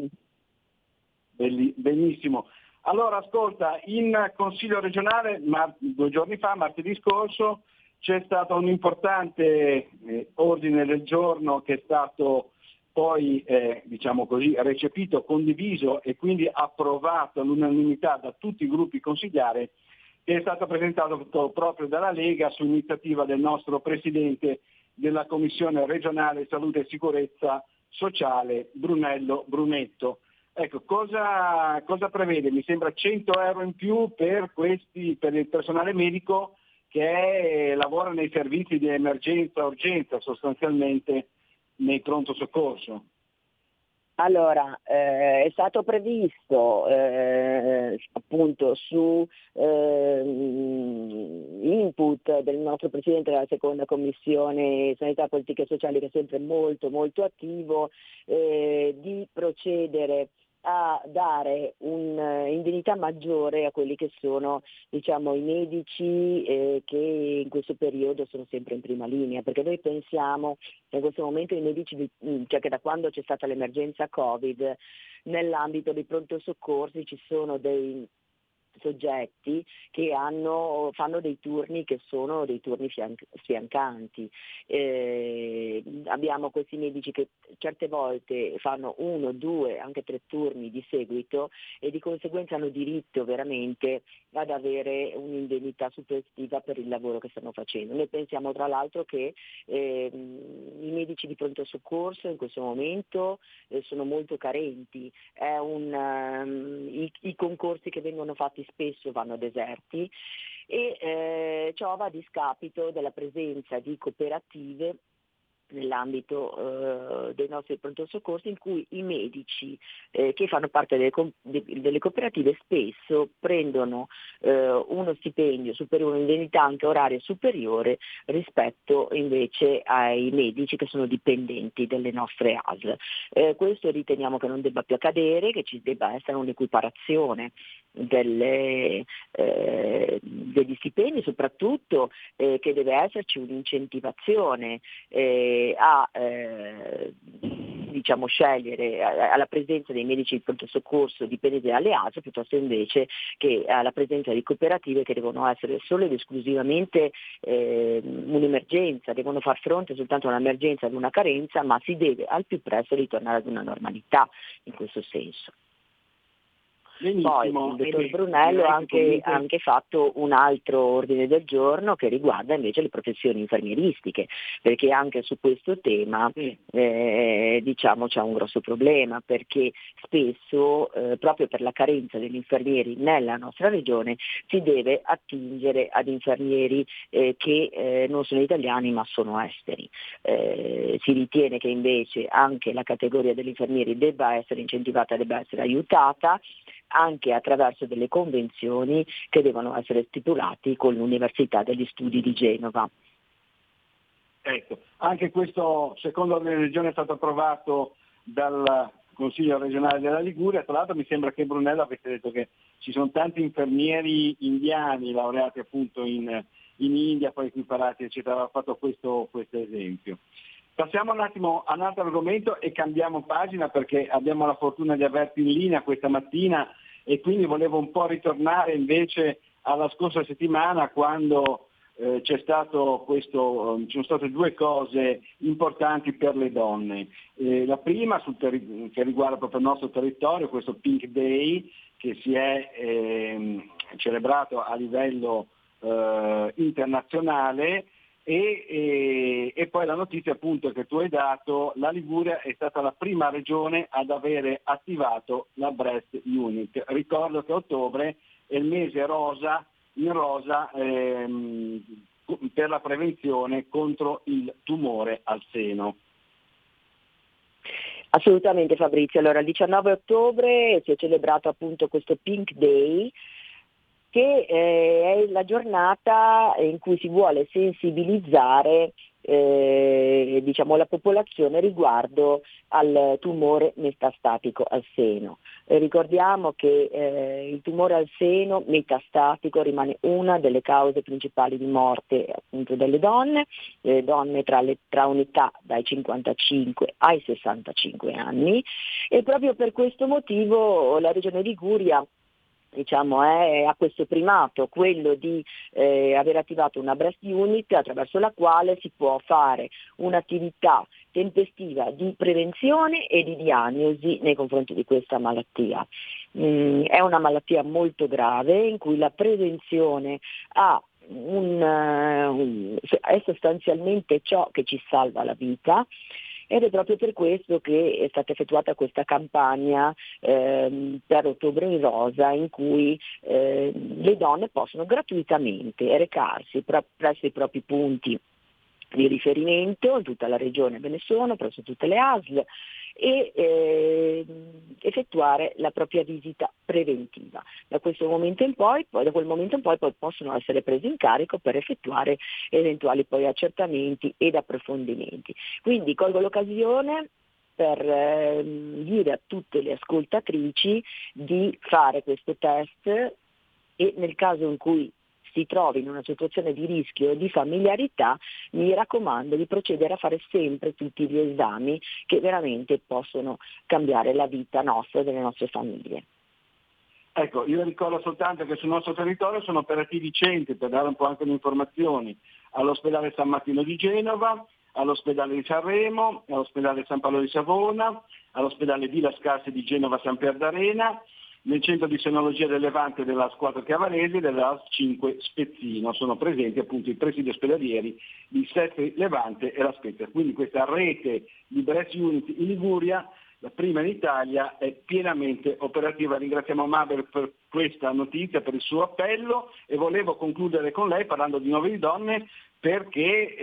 Belli, benissimo. Allora, ascolta, in Consiglio regionale, mar- due giorni fa, martedì scorso, c'è stato un importante eh, ordine del giorno che è stato poi, eh, diciamo così, recepito, condiviso e quindi approvato all'unanimità da tutti i gruppi consigliari, che è stato presentato proprio dalla Lega su iniziativa del nostro Presidente della Commissione regionale Salute e Sicurezza Sociale, Brunello Brunetto. Ecco, cosa, cosa prevede? Mi sembra cento euro in più per, questi, per il personale medico che lavora nei servizi di emergenza urgenza, sostanzialmente nei pronto soccorso. Allora, eh, è stato previsto eh, appunto su eh, input del nostro Presidente della seconda Commissione Sanità, Politiche Sociali, che è sempre molto molto attivo, eh, di procedere a dare un'indennità maggiore a quelli che sono, diciamo, i medici eh, che in questo periodo sono sempre in prima linea, perché noi pensiamo che in questo momento i medici, cioè che da quando c'è stata l'emergenza Covid, nell'ambito dei pronto soccorsi ci sono dei soggetti che hanno, fanno dei turni che sono dei turni fianc- sfiancanti. Eh, abbiamo questi medici che certe volte fanno uno, due, anche tre turni di seguito e di conseguenza hanno diritto veramente ad avere un'indennità suppletiva per il lavoro che stanno facendo. Noi pensiamo tra l'altro che eh, i medici di pronto soccorso in questo momento eh, sono molto carenti. È un, um, i, i concorsi che vengono fatti spesso vanno deserti e eh, ciò va a discapito della presenza di cooperative nell'ambito eh, dei nostri pronto soccorsi, in cui i medici eh, che fanno parte delle, com- de- delle cooperative spesso prendono eh, uno stipendio superiore, un'indennità anche oraria superiore rispetto invece ai medici che sono dipendenti delle nostre A S L. Eh, questo riteniamo che non debba più accadere, che ci debba essere un'equiparazione delle, eh, degli stipendi, soprattutto eh, che deve esserci un'incentivazione eh, a eh, diciamo scegliere alla presenza dei medici di pronto soccorso dipendenti dalle A S L piuttosto invece che alla presenza di cooperative che devono essere solo ed esclusivamente eh, un'emergenza, devono far fronte soltanto a un'emergenza, ad una carenza, ma si deve al più presto ritornare ad una normalità in questo senso. Benissimo. Poi il dottor Brunello ha anche, anche fatto un altro ordine del giorno che riguarda invece le professioni infermieristiche, perché anche su questo tema eh, diciamo c'è un grosso problema, perché spesso eh, proprio per la carenza degli infermieri nella nostra regione si deve attingere ad infermieri eh, che eh, non sono italiani ma sono esteri. Eh, si ritiene che invece anche la categoria degli infermieri debba essere incentivata, debba essere aiutata, anche attraverso delle convenzioni che devono essere stipulati con l'Università degli Studi di Genova. Ecco, anche questo secondo la regione è stato approvato dal Consiglio regionale della Liguria. Tra l'altro mi sembra che Brunello avesse detto che ci sono tanti infermieri indiani laureati appunto in, in India, poi equiparati eccetera, ha fatto questo, questo esempio. Passiamo un attimo a un altro argomento e cambiamo pagina, perché abbiamo la fortuna di averti in linea questa mattina e quindi volevo un po' ritornare invece alla scorsa settimana, quando eh, c'è stato questo, ci sono state due cose importanti per le donne. Eh, la prima sul terri- che riguarda proprio il nostro territorio, questo Pink Day che si è eh, celebrato a livello eh, internazionale, E, e, e poi la notizia appunto che tu hai dato, la Liguria è stata la prima regione ad avere attivato la Breast Unit. Ricordo che ottobre è il mese rosa, in rosa ehm, per la prevenzione contro il tumore al seno. Assolutamente Fabrizio, allora il diciannove ottobre si è celebrato appunto questo Pink Day, che eh, è la giornata in cui si vuole sensibilizzare eh, diciamo, la popolazione riguardo al tumore metastatico al seno. Eh, ricordiamo che eh, il tumore al seno metastatico rimane una delle cause principali di morte appunto delle donne, le donne tra, le, tra un'età dai cinquantacinque ai sessantacinque anni, e proprio per questo motivo la Regione Liguria diciamo è a questo primato, quello di eh, aver attivato una breast unit attraverso la quale si può fare un'attività tempestiva di prevenzione e di diagnosi nei confronti di questa malattia. Mm, è una malattia molto grave in cui la prevenzione ha un, uh, è sostanzialmente ciò che ci salva la vita. Ed è proprio per questo che è stata effettuata questa campagna ehm, per Ottobre in Rosa, in cui eh, le donne possono gratuitamente recarsi pre- presso i propri punti di riferimento, in tutta la regione ve ne sono, presso tutte le A S L, e eh, effettuare la propria visita preventiva. Da questo momento in poi, poi da quel momento in poi, poi possono essere presi in carico per effettuare eventuali poi accertamenti ed approfondimenti. Quindi colgo l'occasione per eh, dire a tutte le ascoltatrici di fare questo test e nel caso in cui si trovi in una situazione di rischio o di familiarità, mi raccomando di procedere a fare sempre tutti gli esami che veramente possono cambiare la vita nostra e delle nostre famiglie. Ecco, io ricordo soltanto che sul nostro territorio sono operativi centri, per dare un po' anche le informazioni, all'ospedale San Martino di Genova, all'ospedale di Sanremo, all'ospedale San Paolo di Savona, all'ospedale Villa Scarsi di Genova San Pier d'Arena, nel centro di senologia del Levante della squadra Chiavarese e della A S cinque Spezzino. Sono presenti appunto i presidi ospedalieri di Sestri, Levante e La Spezia. Quindi questa rete di Breast Unit in Liguria, la prima in Italia, è pienamente operativa. Ringraziamo Mabel per questa notizia, per il suo appello, e volevo concludere con lei parlando di Nuove di Donne, perché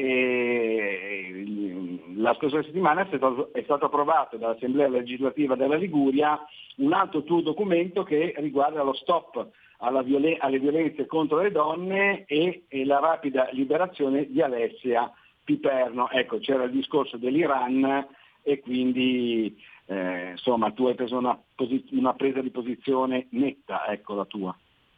eh, la scorsa settimana è stato, è stato approvato dall'Assemblea legislativa della Liguria un altro tuo documento che riguarda lo stop alla violen- alle violenze contro le donne e, e la rapida liberazione di Alessia Piperno. Ecco, c'era il discorso dell'Iran e quindi eh, insomma tu hai preso una, posi- una presa di posizione netta, ecco la tua.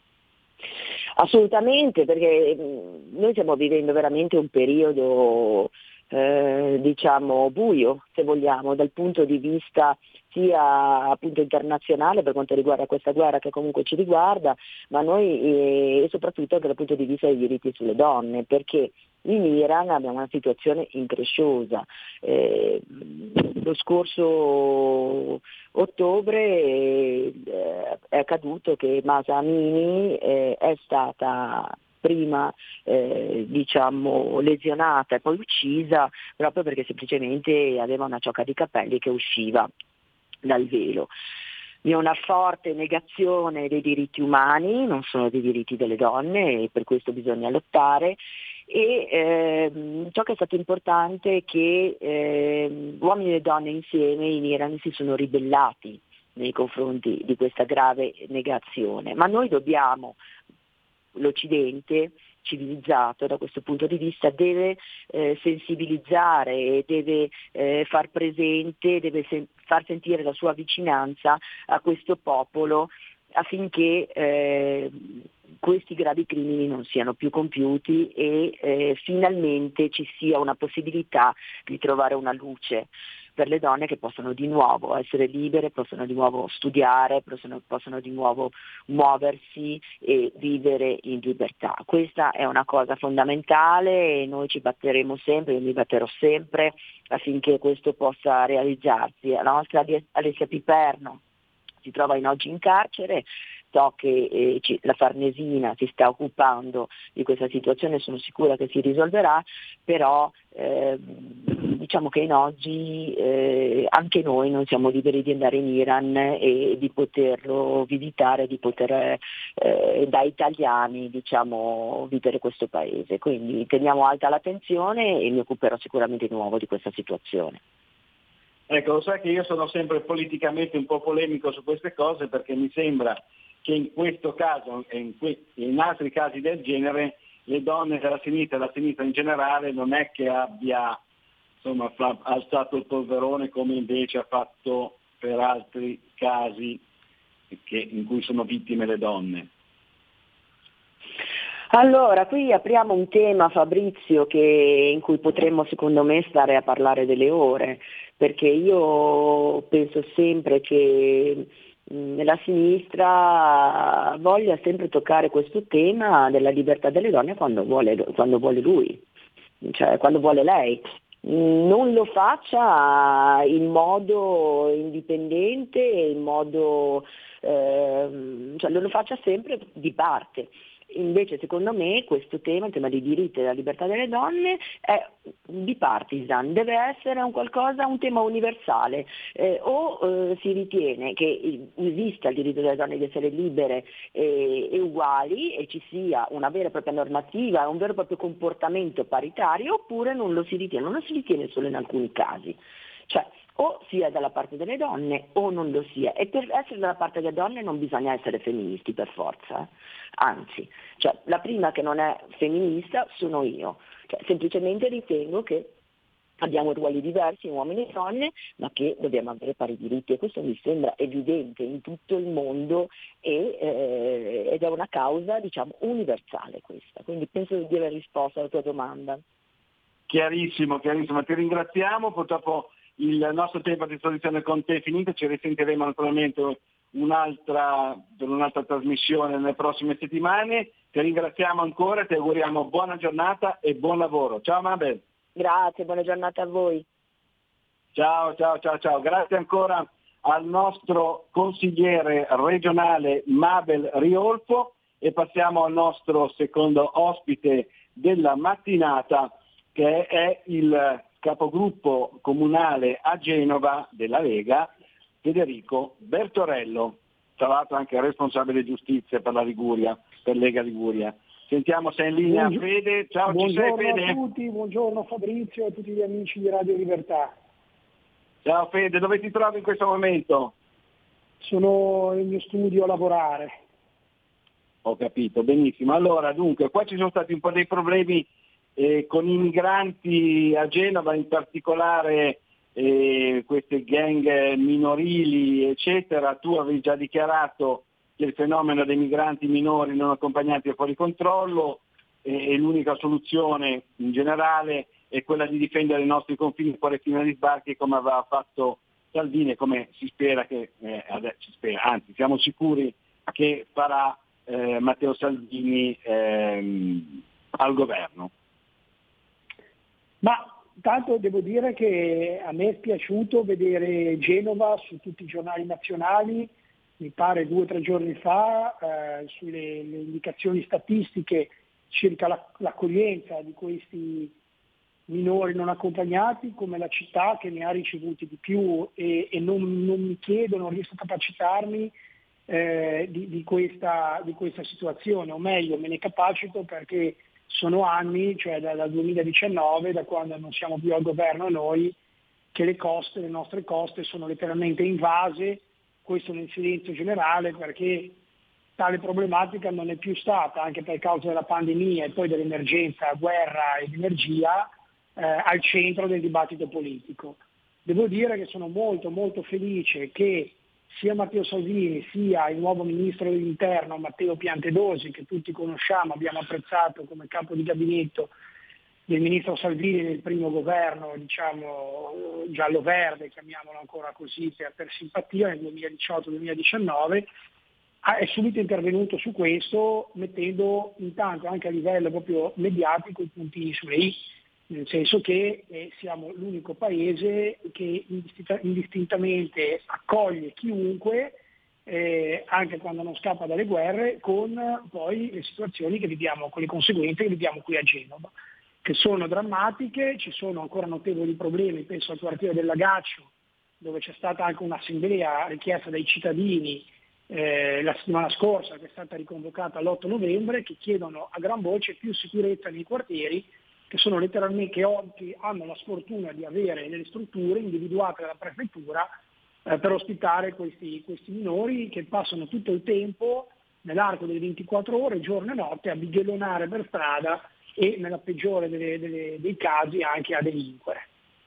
Assolutamente, perché noi stiamo vivendo veramente un periodo eh, diciamo buio, se vogliamo, dal punto di vista sia appunto internazionale per quanto riguarda questa guerra che comunque ci riguarda, ma noi eh, e soprattutto anche dal punto di vista dei diritti sulle donne, perché in Iran abbiamo una situazione incresciosa. Eh, lo scorso ottobre eh, è accaduto che Mahsa Amini eh, è stata prima eh, diciamo lesionata e poi uccisa proprio perché semplicemente aveva una ciocca di capelli che usciva dal velo. Vi è una forte negazione dei diritti umani, non sono dei diritti delle donne, e per questo bisogna lottare. E ehm, ciò che è stato importante è che ehm, uomini e donne insieme in Iran si sono ribellati nei confronti di questa grave negazione, ma noi dobbiamo, l'Occidente civilizzato da questo punto di vista deve eh, sensibilizzare, deve eh, far presente, deve sen- far sentire la sua vicinanza a questo popolo affinché eh, questi gravi crimini non siano più compiuti e eh, finalmente ci sia una possibilità di trovare una luce per le donne che possono di nuovo essere libere, possono di nuovo studiare, possono, possono di nuovo muoversi e vivere in libertà. Questa è una cosa fondamentale e noi ci batteremo sempre, io mi batterò sempre affinché questo possa realizzarsi. La nostra Alessia Piperno si trova in oggi in carcere so che eh, ci, la Farnesina si sta occupando di questa situazione, sono sicura che si risolverà, però eh, diciamo che in oggi eh, anche noi non siamo liberi di andare in Iran e di poterlo visitare, di poter eh, da italiani diciamo vivere questo paese. Quindi teniamo alta l'attenzione e mi occuperò sicuramente di nuovo di questa situazione. Ecco, lo sai che io sono sempre politicamente un po' polemico su queste cose, perché mi sembra che in questo caso e in, que- in altri casi del genere le donne della sinistra e la sinistra in generale non è che abbia insomma fa- alzato il polverone come invece ha fatto per altri casi che- in cui sono vittime le donne. Allora, qui apriamo un tema, Fabrizio, che, in cui potremmo secondo me stare a parlare delle ore, perché io penso sempre che mh, la sinistra voglia sempre toccare questo tema della libertà delle donne quando vuole, quando vuole lui, cioè quando vuole lei. Non lo faccia in modo indipendente, in modo, eh, cioè non lo faccia sempre di parte. Invece secondo me questo tema, il tema dei diritti e della libertà delle donne, è bipartisan, deve essere un qualcosa, un tema universale, eh, o eh, si ritiene che esista il diritto delle donne di essere libere e, e uguali e ci sia una vera e propria normativa, un vero e proprio comportamento paritario, oppure non lo si ritiene, non lo si ritiene solo in alcuni casi. Cioè, o sia dalla parte delle donne o non lo sia, e per essere dalla parte delle donne non bisogna essere femministi per forza, eh? Anzi, cioè, la prima che non è femminista sono io, cioè, semplicemente ritengo che abbiamo ruoli diversi, uomini e donne, ma che dobbiamo avere pari diritti, e questo mi sembra evidente in tutto il mondo e, eh, ed è una causa diciamo universale questa, quindi penso di aver risposto alla tua domanda. Chiarissimo, chiarissimo, ti ringraziamo, purtroppo il nostro tempo a disposizione con te è finito, ci risentiremo naturalmente un'altra, per un'altra trasmissione nelle prossime settimane. Ti ringraziamo ancora, ti auguriamo buona giornata e buon lavoro. Ciao Mabel. Grazie, buona giornata a voi. Ciao, ciao, ciao, ciao. Grazie ancora al nostro consigliere regionale Mabel Riolfo e passiamo al nostro secondo ospite della mattinata, che è il capogruppo comunale a Genova della Lega, Federico Bertorello, tra l'altro anche responsabile giustizia per la Liguria, per Lega Liguria. Sentiamo se è in linea Buongiorno, Fede. Ciao, ci sei buongiorno Fede? a tutti, buongiorno Fabrizio e a tutti gli amici di Radio Libertà. Ciao Fede, dove ti trovi in questo momento? Sono nel mio studio a lavorare. Ho capito, benissimo. Allora, dunque, qua ci sono stati un po' dei problemi eh, con i migranti a Genova, in particolare eh, queste gang minorili, eccetera. Tu avevi già dichiarato che il fenomeno dei migranti minori non accompagnati è fuori controllo e, e l'unica soluzione in generale è quella di difendere i nostri confini fuori fino di sbarchi, come aveva fatto Salvini e come si spera che, eh, si spera, anzi siamo sicuri che farà eh, Matteo Salvini ehm, al governo. Ma intanto devo dire che a me è piaciuto vedere Genova su tutti i giornali nazionali, mi pare due o tre giorni fa, eh, sulle le indicazioni statistiche circa la, l'accoglienza di questi minori non accompagnati, come la città che ne ha ricevuti di più, e, e non, non mi chiedo, non riesco a capacitarmi eh, di, di, questa, di questa situazione, o meglio me ne capacito perché sono anni, cioè dal, dal duemiladiciannove, da quando non siamo più al governo noi, che le coste, le nostre coste sono letteralmente invase, questo nel silenzio generale, perché tale problematica non è più stata, anche per causa della pandemia e poi dell'emergenza guerra ed energia, eh, al centro del dibattito politico. Devo dire che sono molto molto felice che sia Matteo Salvini sia il nuovo ministro dell'interno Matteo Piantedosi, che tutti conosciamo, abbiamo apprezzato come capo di gabinetto del ministro Salvini nel primo governo, diciamo giallo-verde, chiamiamolo ancora così per, per simpatia, nel duemiladiciotto duemiladiciannove, è subito intervenuto su questo, mettendo intanto anche a livello proprio mediatico i puntini sulle i, nel senso che eh, siamo l'unico paese che indistintamente accoglie chiunque eh, anche quando non scappa dalle guerre, con poi le situazioni che viviamo, con le conseguenze che viviamo qui a Genova, che sono drammatiche. Ci sono ancora notevoli problemi, penso al quartiere del Lagaccio, dove c'è stata anche un'assemblea richiesta dai cittadini eh, la settimana scorsa, che è stata riconvocata l'otto novembre, che chiedono a gran voce più sicurezza nei quartieri, che sono letteralmente che oggi hanno la sfortuna di avere delle strutture individuate dalla prefettura eh, per ospitare questi, questi minori, che passano tutto il tempo nell'arco delle ventiquattro ore, giorno e notte, a bighellonare per strada e nella peggiore delle, delle, dei casi anche a delinquere.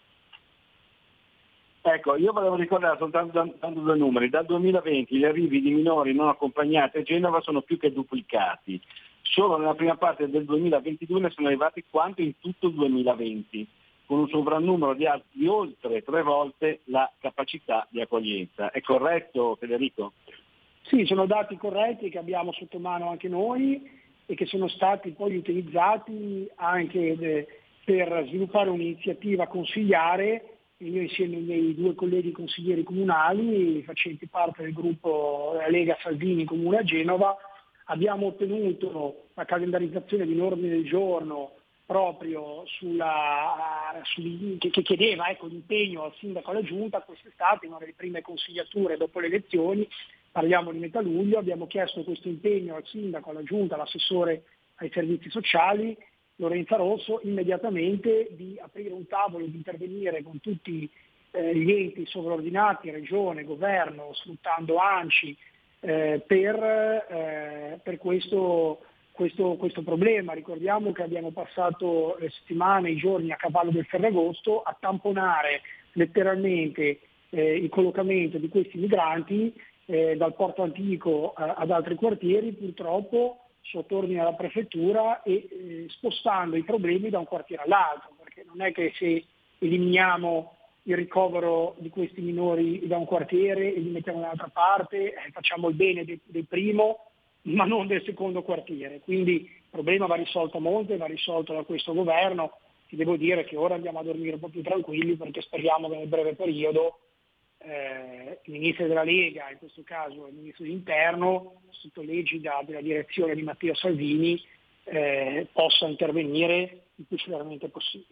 Ecco, io volevo ricordare soltanto dando due numeri. Dal duemilaventi gli arrivi di minori non accompagnati a Genova sono più che duplicati. Solo nella prima parte del duemilaventidue ne sono arrivati quanto in tutto il duemilaventi, con un sovrannumero di, di oltre tre volte la capacità di accoglienza. È corretto, Federico? Sì, sono dati corretti che abbiamo sotto mano anche noi e che sono stati poi utilizzati anche per sviluppare un'iniziativa consigliare. Io insieme ai miei due colleghi consiglieri comunali, facenti parte del gruppo Lega Salvini Comune a Genova, abbiamo ottenuto la calendarizzazione di un ordine del giorno proprio sulla, su, che, che chiedeva ecco, l'impegno al sindaco e alla giunta quest'estate, in una delle prime consigliature dopo le elezioni, parliamo di metà luglio, abbiamo chiesto questo impegno al sindaco, alla giunta, all'assessore ai servizi sociali, Lorenza Rosso, immediatamente di aprire un tavolo, di intervenire con tutti eh, gli enti sovraordinati, regione, governo, sfruttando ANCI, eh, per, eh, per questo, questo, questo problema. Ricordiamo che abbiamo passato le settimane, i giorni a cavallo del Ferragosto a tamponare letteralmente eh, il collocamento di questi migranti eh, dal Porto Antico a, ad altri quartieri, purtroppo sotto ordine alla prefettura e eh, spostando i problemi da un quartiere all'altro, perché non è che se eliminiamo il ricovero di questi minori da un quartiere e li mettiamo da un'altra parte, eh, facciamo il bene de- del primo ma non del secondo quartiere. Quindi il problema va risolto a monte, va risolto da questo governo. Ti devo dire che ora andiamo a dormire un po' più tranquilli, perché speriamo che nel breve periodo Eh, il ministro della Lega, in questo caso il ministro dell'Interno, sotto l'egida della direzione di Matteo Salvini, eh, possa intervenire il più celermente possibile.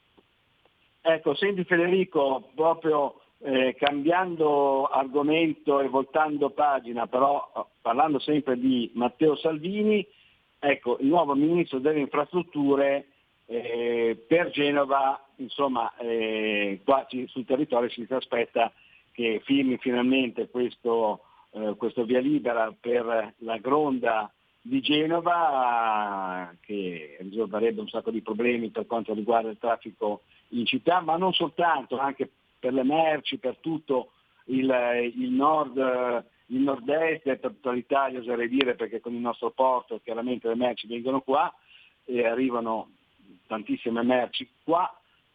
Ecco, senti Federico, proprio eh, cambiando argomento e voltando pagina, però parlando sempre di Matteo Salvini, ecco, il nuovo ministro delle infrastrutture eh, per Genova, insomma, eh, qua ci, sul territorio ci si aspetta che firmi finalmente questo, eh, questo via libera per la Gronda di Genova, che risolverebbe un sacco di problemi per quanto riguarda il traffico in città, ma non soltanto, anche per le merci, per tutto il, il nord, il nord-est e per tutta l'Italia, oserei dire, perché con il nostro porto chiaramente le merci vengono qua e arrivano tantissime merci qua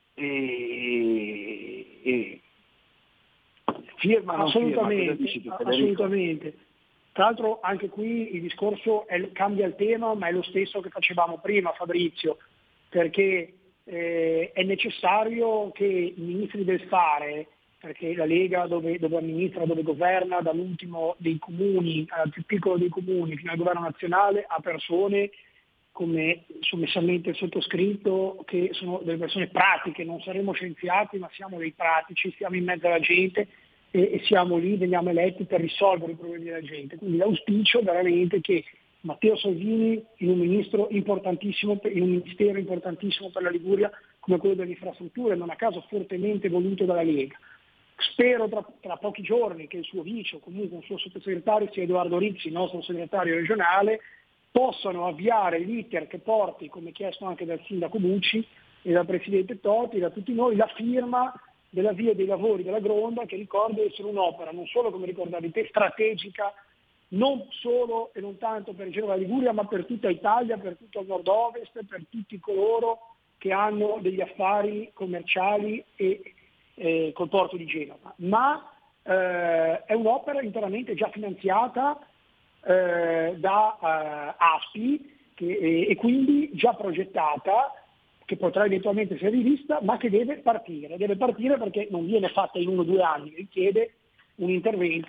e, e firmano, assolutamente, firma, assolutamente. Tra l'altro anche qui il discorso è, cambia il tema, ma è lo stesso che facevamo prima, Fabrizio, perché eh, è necessario che i ministri del fare, perché la Lega dove, dove amministra, dove governa, dall'ultimo dei comuni al più piccolo dei comuni fino al governo nazionale, ha persone come sommessamente il sottoscritto, che sono delle persone pratiche, non saremo scienziati ma siamo dei pratici, stiamo in mezzo alla gente e, e siamo lì, veniamo eletti per risolvere i problemi della gente. Quindi l'auspicio veramente che Matteo Salvini, in un ministro importantissimo, in un ministero importantissimo per la Liguria come quello delle infrastrutture, non a caso fortemente voluto dalla Lega, spero tra, tra pochi giorni che il suo vice o comunque un suo sottosegretario sia Edoardo Rizzi, il nostro segretario regionale, possano avviare l'iter che porti, come chiesto anche dal sindaco Bucci e dal presidente Totti e da tutti noi, la firma dell'avvio dei lavori della Gronda, che ricordo essere un'opera non solo, come ricordavi te, strategica, non solo e non tanto per Genova e Liguria, ma per tutta Italia, per tutto il nord-ovest, per tutti coloro che hanno degli affari commerciali e eh, col porto di Genova. Ma eh, è un'opera interamente già finanziata Eh, da eh, A S P I che, e, e quindi già progettata, che potrà eventualmente essere rivista, ma che deve partire, deve partire perché non viene fatta in uno o due anni, richiede un intervento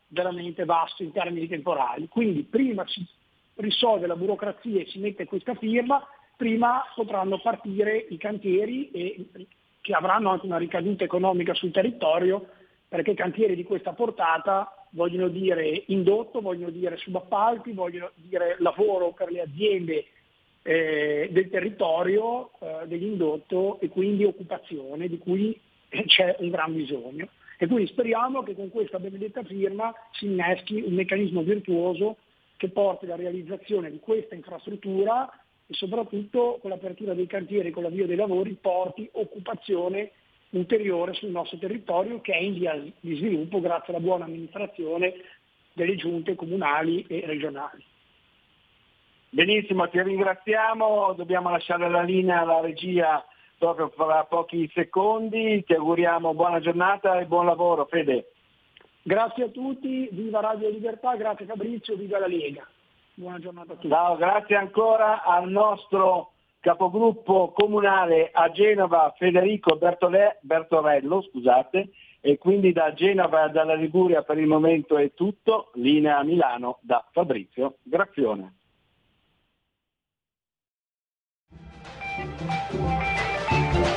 veramente vasto in termini temporali. Quindi prima si risolve la burocrazia e si mette questa firma, prima potranno partire i cantieri e che avranno anche una ricaduta economica sul territorio, perché cantieri di questa portata vogliono dire indotto, vogliono dire subappalti, vogliono dire lavoro per le aziende eh, del territorio eh, dell'indotto e quindi occupazione di cui c'è un gran bisogno. E quindi speriamo che con questa benedetta firma si inneschi un meccanismo virtuoso che porti alla realizzazione di questa infrastruttura e soprattutto con l'apertura dei cantieri e con l'avvio dei lavori porti occupazione ulteriore sul nostro territorio, che è in via di sviluppo grazie alla buona amministrazione delle giunte comunali e regionali. Benissimo, ti ringraziamo, dobbiamo lasciare la linea alla regia proprio fra pochi secondi, ti auguriamo buona giornata e buon lavoro. Fede. Grazie a tutti, viva Radio Libertà, grazie Fabrizio, viva la Lega. Buona giornata a tutti. Ciao, grazie ancora al nostro capogruppo comunale a Genova Federico Bertole, Bertorello, scusate, e quindi da Genova e dalla Liguria per il momento è tutto, linea a Milano da Fabrizio Graffione.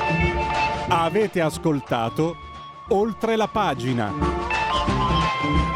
Avete ascoltato Oltre la pagina.